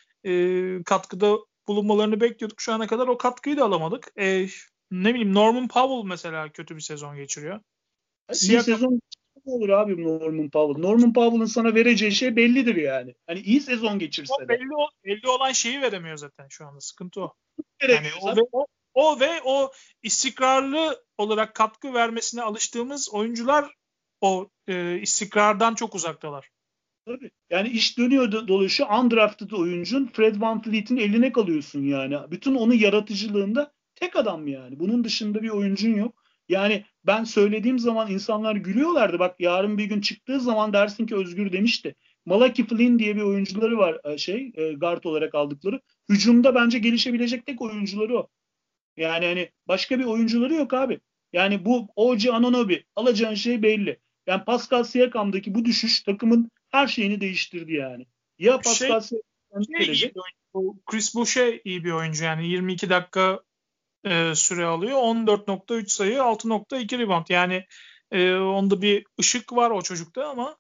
e, katkıda bulunmalarını bekliyorduk. Şu ana kadar o katkıyı da alamadık. E, ne bileyim, Norman Powell mesela kötü bir sezon geçiriyor. iyi Siakam sezon olur abi Norman Powell. Norman Powell'ın sana vereceği şey bellidir yani. Hani iyi sezon geçirse de. belli, belli olan şeyi veremiyor zaten şu anda. Sıkıntı o. Yani Veremiyor o ve zaten. o, o ve o istikrarlı olarak katkı vermesine alıştığımız oyuncular o e, istikrardan çok uzaktalar. Tabii. Yani iş dönüyor do- dolaşıyor. Undrafted oyuncun Fred VanVleet'in eline kalıyorsun yani. Bütün onun yaratıcılığında tek adam yani. Bunun dışında bir oyuncun yok. Yani ben söylediğim zaman insanlar gülüyorlardı. Bak yarın bir gün çıktığı zaman dersin ki Özgür demişti. Malachi Flynn diye bir oyuncuları var e, şey e, guard olarak aldıkları. Hücumda bence gelişebilecek tek oyuncuları o. Yani hani başka bir oyuncuları yok abi. Yani bu O G Anunoby alacağın şey belli. Yani Pascal Siakam'daki bu düşüş takımın her şeyini değiştirdi yani. Ya Şey, Pascal Siakam şey iyi gelecek. bir oyuncu. Chris Boucher iyi bir oyuncu. Yani yirmi iki dakika e, süre alıyor. on dört nokta üç sayı, altı nokta iki rebound. Yani e, onda bir ışık var o çocukta ama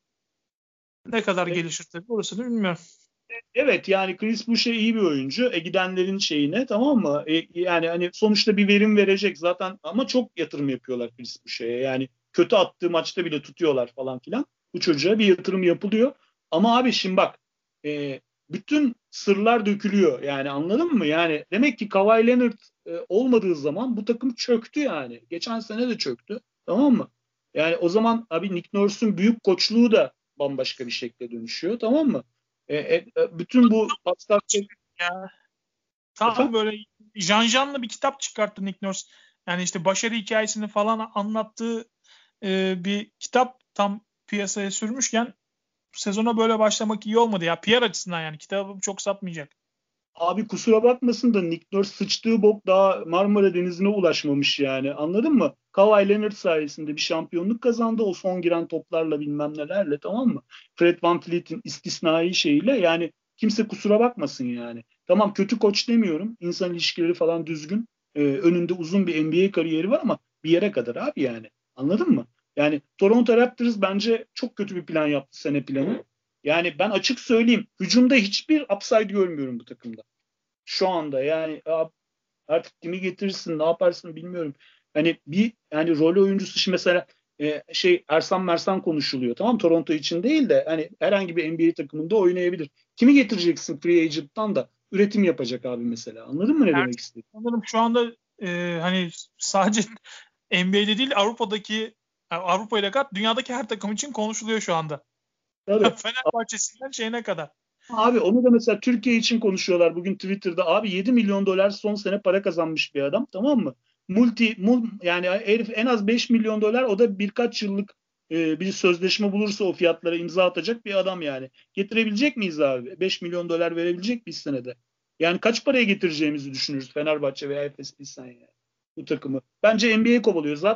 ne kadar E, gelişir tabii orasını bilmiyorum. evet yani Chris Boucher iyi bir oyuncu. E, gidenlerin şeyine, tamam mı? E, yani hani sonuçta bir verim verecek zaten ama çok yatırım yapıyorlar Chris Boucher'e. Yani kötü attığı maçta bile tutuyorlar falan filan. Bu çocuğa bir yatırım yapılıyor. Ama abi şimdi bak e, bütün sırlar dökülüyor. Yani anladın mı? Yani demek ki Kawhi Leonard e, olmadığı zaman bu takım çöktü yani. Geçen sene de çöktü. Tamam mı? Yani o zaman abi Nick Nurse'un büyük koçluğu da bambaşka bir şekilde dönüşüyor. Tamam mı? E, e, e, bütün bu Pascal Ya, efendim tam böyle janjanlı bir kitap çıkarttı Nick Nurse. Yani işte başarı hikayesini falan anlattığı e, bir kitap tam piyasaya sürmüşken sezona böyle başlamak iyi olmadı ya. P R açısından yani kitabı çok satmayacak. abi kusura bakmasın da Nick Nurse sıçtığı bok daha Marmara Denizi'ne ulaşmamış yani. Anladın mı? Kawhi Leonard sayesinde bir şampiyonluk kazandı. O son giren toplarla bilmem nelerle, tamam mı? Fred VanVleet'in istisnai şeyiyle yani kimse kusura bakmasın yani. Tamam kötü koç demiyorum. İnsan ilişkileri falan düzgün. Ee, önünde uzun bir N B A kariyeri var ama bir yere kadar abi yani. Anladın mı? Yani Toronto Raptors bence çok kötü bir plan yaptı, sene planı. Yani ben açık söyleyeyim. Hücumda hiçbir upside görmüyorum bu takımda. Şu anda yani artık kimi getirirsin, ne yaparsın bilmiyorum. Hani bir yani rol oyuncusu şimdi mesela e, şey Ersan Mersan konuşuluyor. Tamam Toronto için değil de hani herhangi bir N B A takımında oynayabilir. Kimi getireceksin free agent'tan da üretim yapacak abi mesela. Anladın mı ne Yani demek istedim? sanırım şu anda e, hani sadece N B A'de değil Avrupa'daki Avrupa ile kat dünyadaki her takım için konuşuluyor şu anda. Tabii. Fenerbahçe'sinden şeyine kadar. Abi onu da mesela Türkiye için konuşuyorlar bugün Twitter'da. Abi yedi milyon dolar son sene para kazanmış bir adam, tamam mı? Multi mul, yani herif en az beş milyon dolar, o da birkaç yıllık e, bir sözleşme bulursa o fiyatlara imza atacak bir adam yani. Getirebilecek miyiz abi? beş milyon dolar verebilecek miyiz senede? Yani kaç paraya getireceğimizi düşünürüz Fenerbahçe veya Efes Pilsen yani bu takımı. Bence N B A kovalıyor. Zaten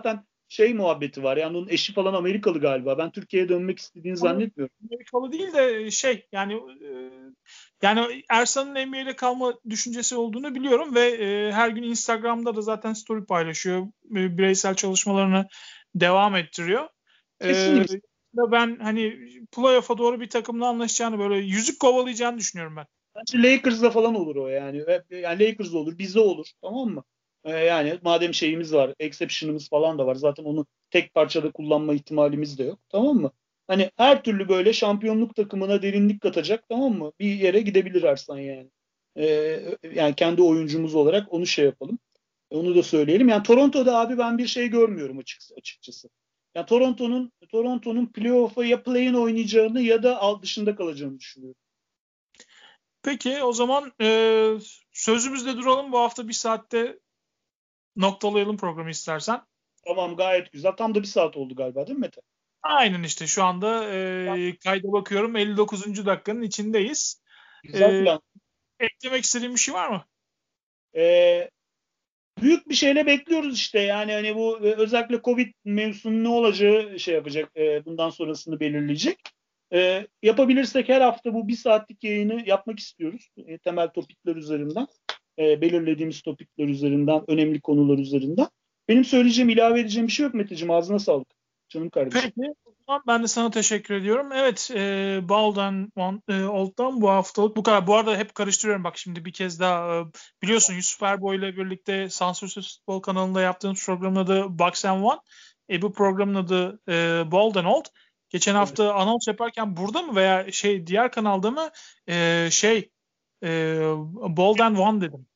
şey muhabbeti var. Yani onun eşi falan Amerikalı galiba. Ben Türkiye'ye dönmek istediğini zannetmiyorum. Amerikalı değil de şey yani e, yani Ersan'ın N B A'de kalma düşüncesi olduğunu biliyorum ve e, her gün Instagram'da da zaten story paylaşıyor. E, bireysel çalışmalarını devam ettiriyor. E, Kesinlikle. ben hani playoff'a doğru bir takımla anlaşacağını böyle yüzük kovalayacağını düşünüyorum ben. Bence Lakers'da falan olur o yani. Yani Lakers'da olur, bizde olur. Tamam mı? Ee, yani madem şeyimiz var, exception'ımız falan da var. Zaten onu tek parçada kullanma ihtimalimiz de yok. Tamam mı? Hani her türlü böyle şampiyonluk takımına derinlik katacak, tamam mı? Bir yere gidebilir Arslan yani. Ee, yani kendi oyuncumuz olarak onu şey yapalım. Onu da söyleyelim. Yani Toronto'da abi ben bir şey görmüyorum açıkçası. Yani Toronto'nun Toronto'nun playoff'a ya play-in oynayacağını ya da alt dışında kalacağını düşünüyorum. Peki o zaman e, sözümüzde duralım. Bu hafta bir saatte noktalayalım programı istersen. Tamam, gayet güzel. Tam da bir saat oldu galiba, değil mi Mete? Aynen işte şu anda e, kayda bakıyorum. elli dokuzuncu dakikanın içindeyiz. Güzel E, plan. eklemek istediğin bir şey var mı? Ee, büyük bir şeyle bekliyoruz işte. Yani hani bu e, özellikle Covid mevzusunun ne olacağı şey yapacak. E, bundan sonrasını belirleyecek. E, yapabilirsek her hafta bu bir saatlik yayını yapmak istiyoruz. E, temel topikler üzerinden. E, belirlediğimiz topikler üzerinden. Önemli konular üzerinden. Benim söyleyeceğim, ilave edeceğim bir şey yok Meteciğim. Ağzına sağlık. Canım kardeşim. Peki. O zaman ben de sana teşekkür ediyorum. Evet, e, Baldan, e, Old'dan bu haftalık bu kadar. Bu arada hep karıştırıyorum bak şimdi bir kez daha. E, biliyorsun Yusuf Erboy ile birlikte Sansürsüz Futbol kanalında yaptığımız programın adı Box and One. E, bu programın adı e, Bold and Old. Geçen hafta evet. Anons yaparken burada mı veya şey diğer kanalda mı e, şey e, Bold and One dedim.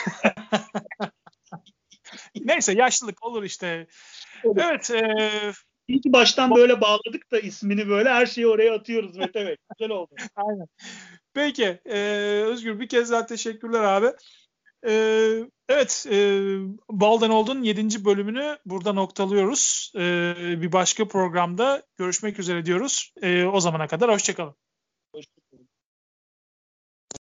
Neyse yaşlılık olur işte. Evet. E, İyi ki baştan böyle bağladık da ismini böyle her şeyi oraya atıyoruz Mete Bey. Güzel oldu. Aynen. Peki. E, Özgür bir kez daha teşekkürler abi. E, evet. E, Baldan Old'un yedinci bölümünü burada noktalıyoruz. E, bir başka programda görüşmek üzere diyoruz. E, o zamana kadar hoşçakalın. Hoşçakalın.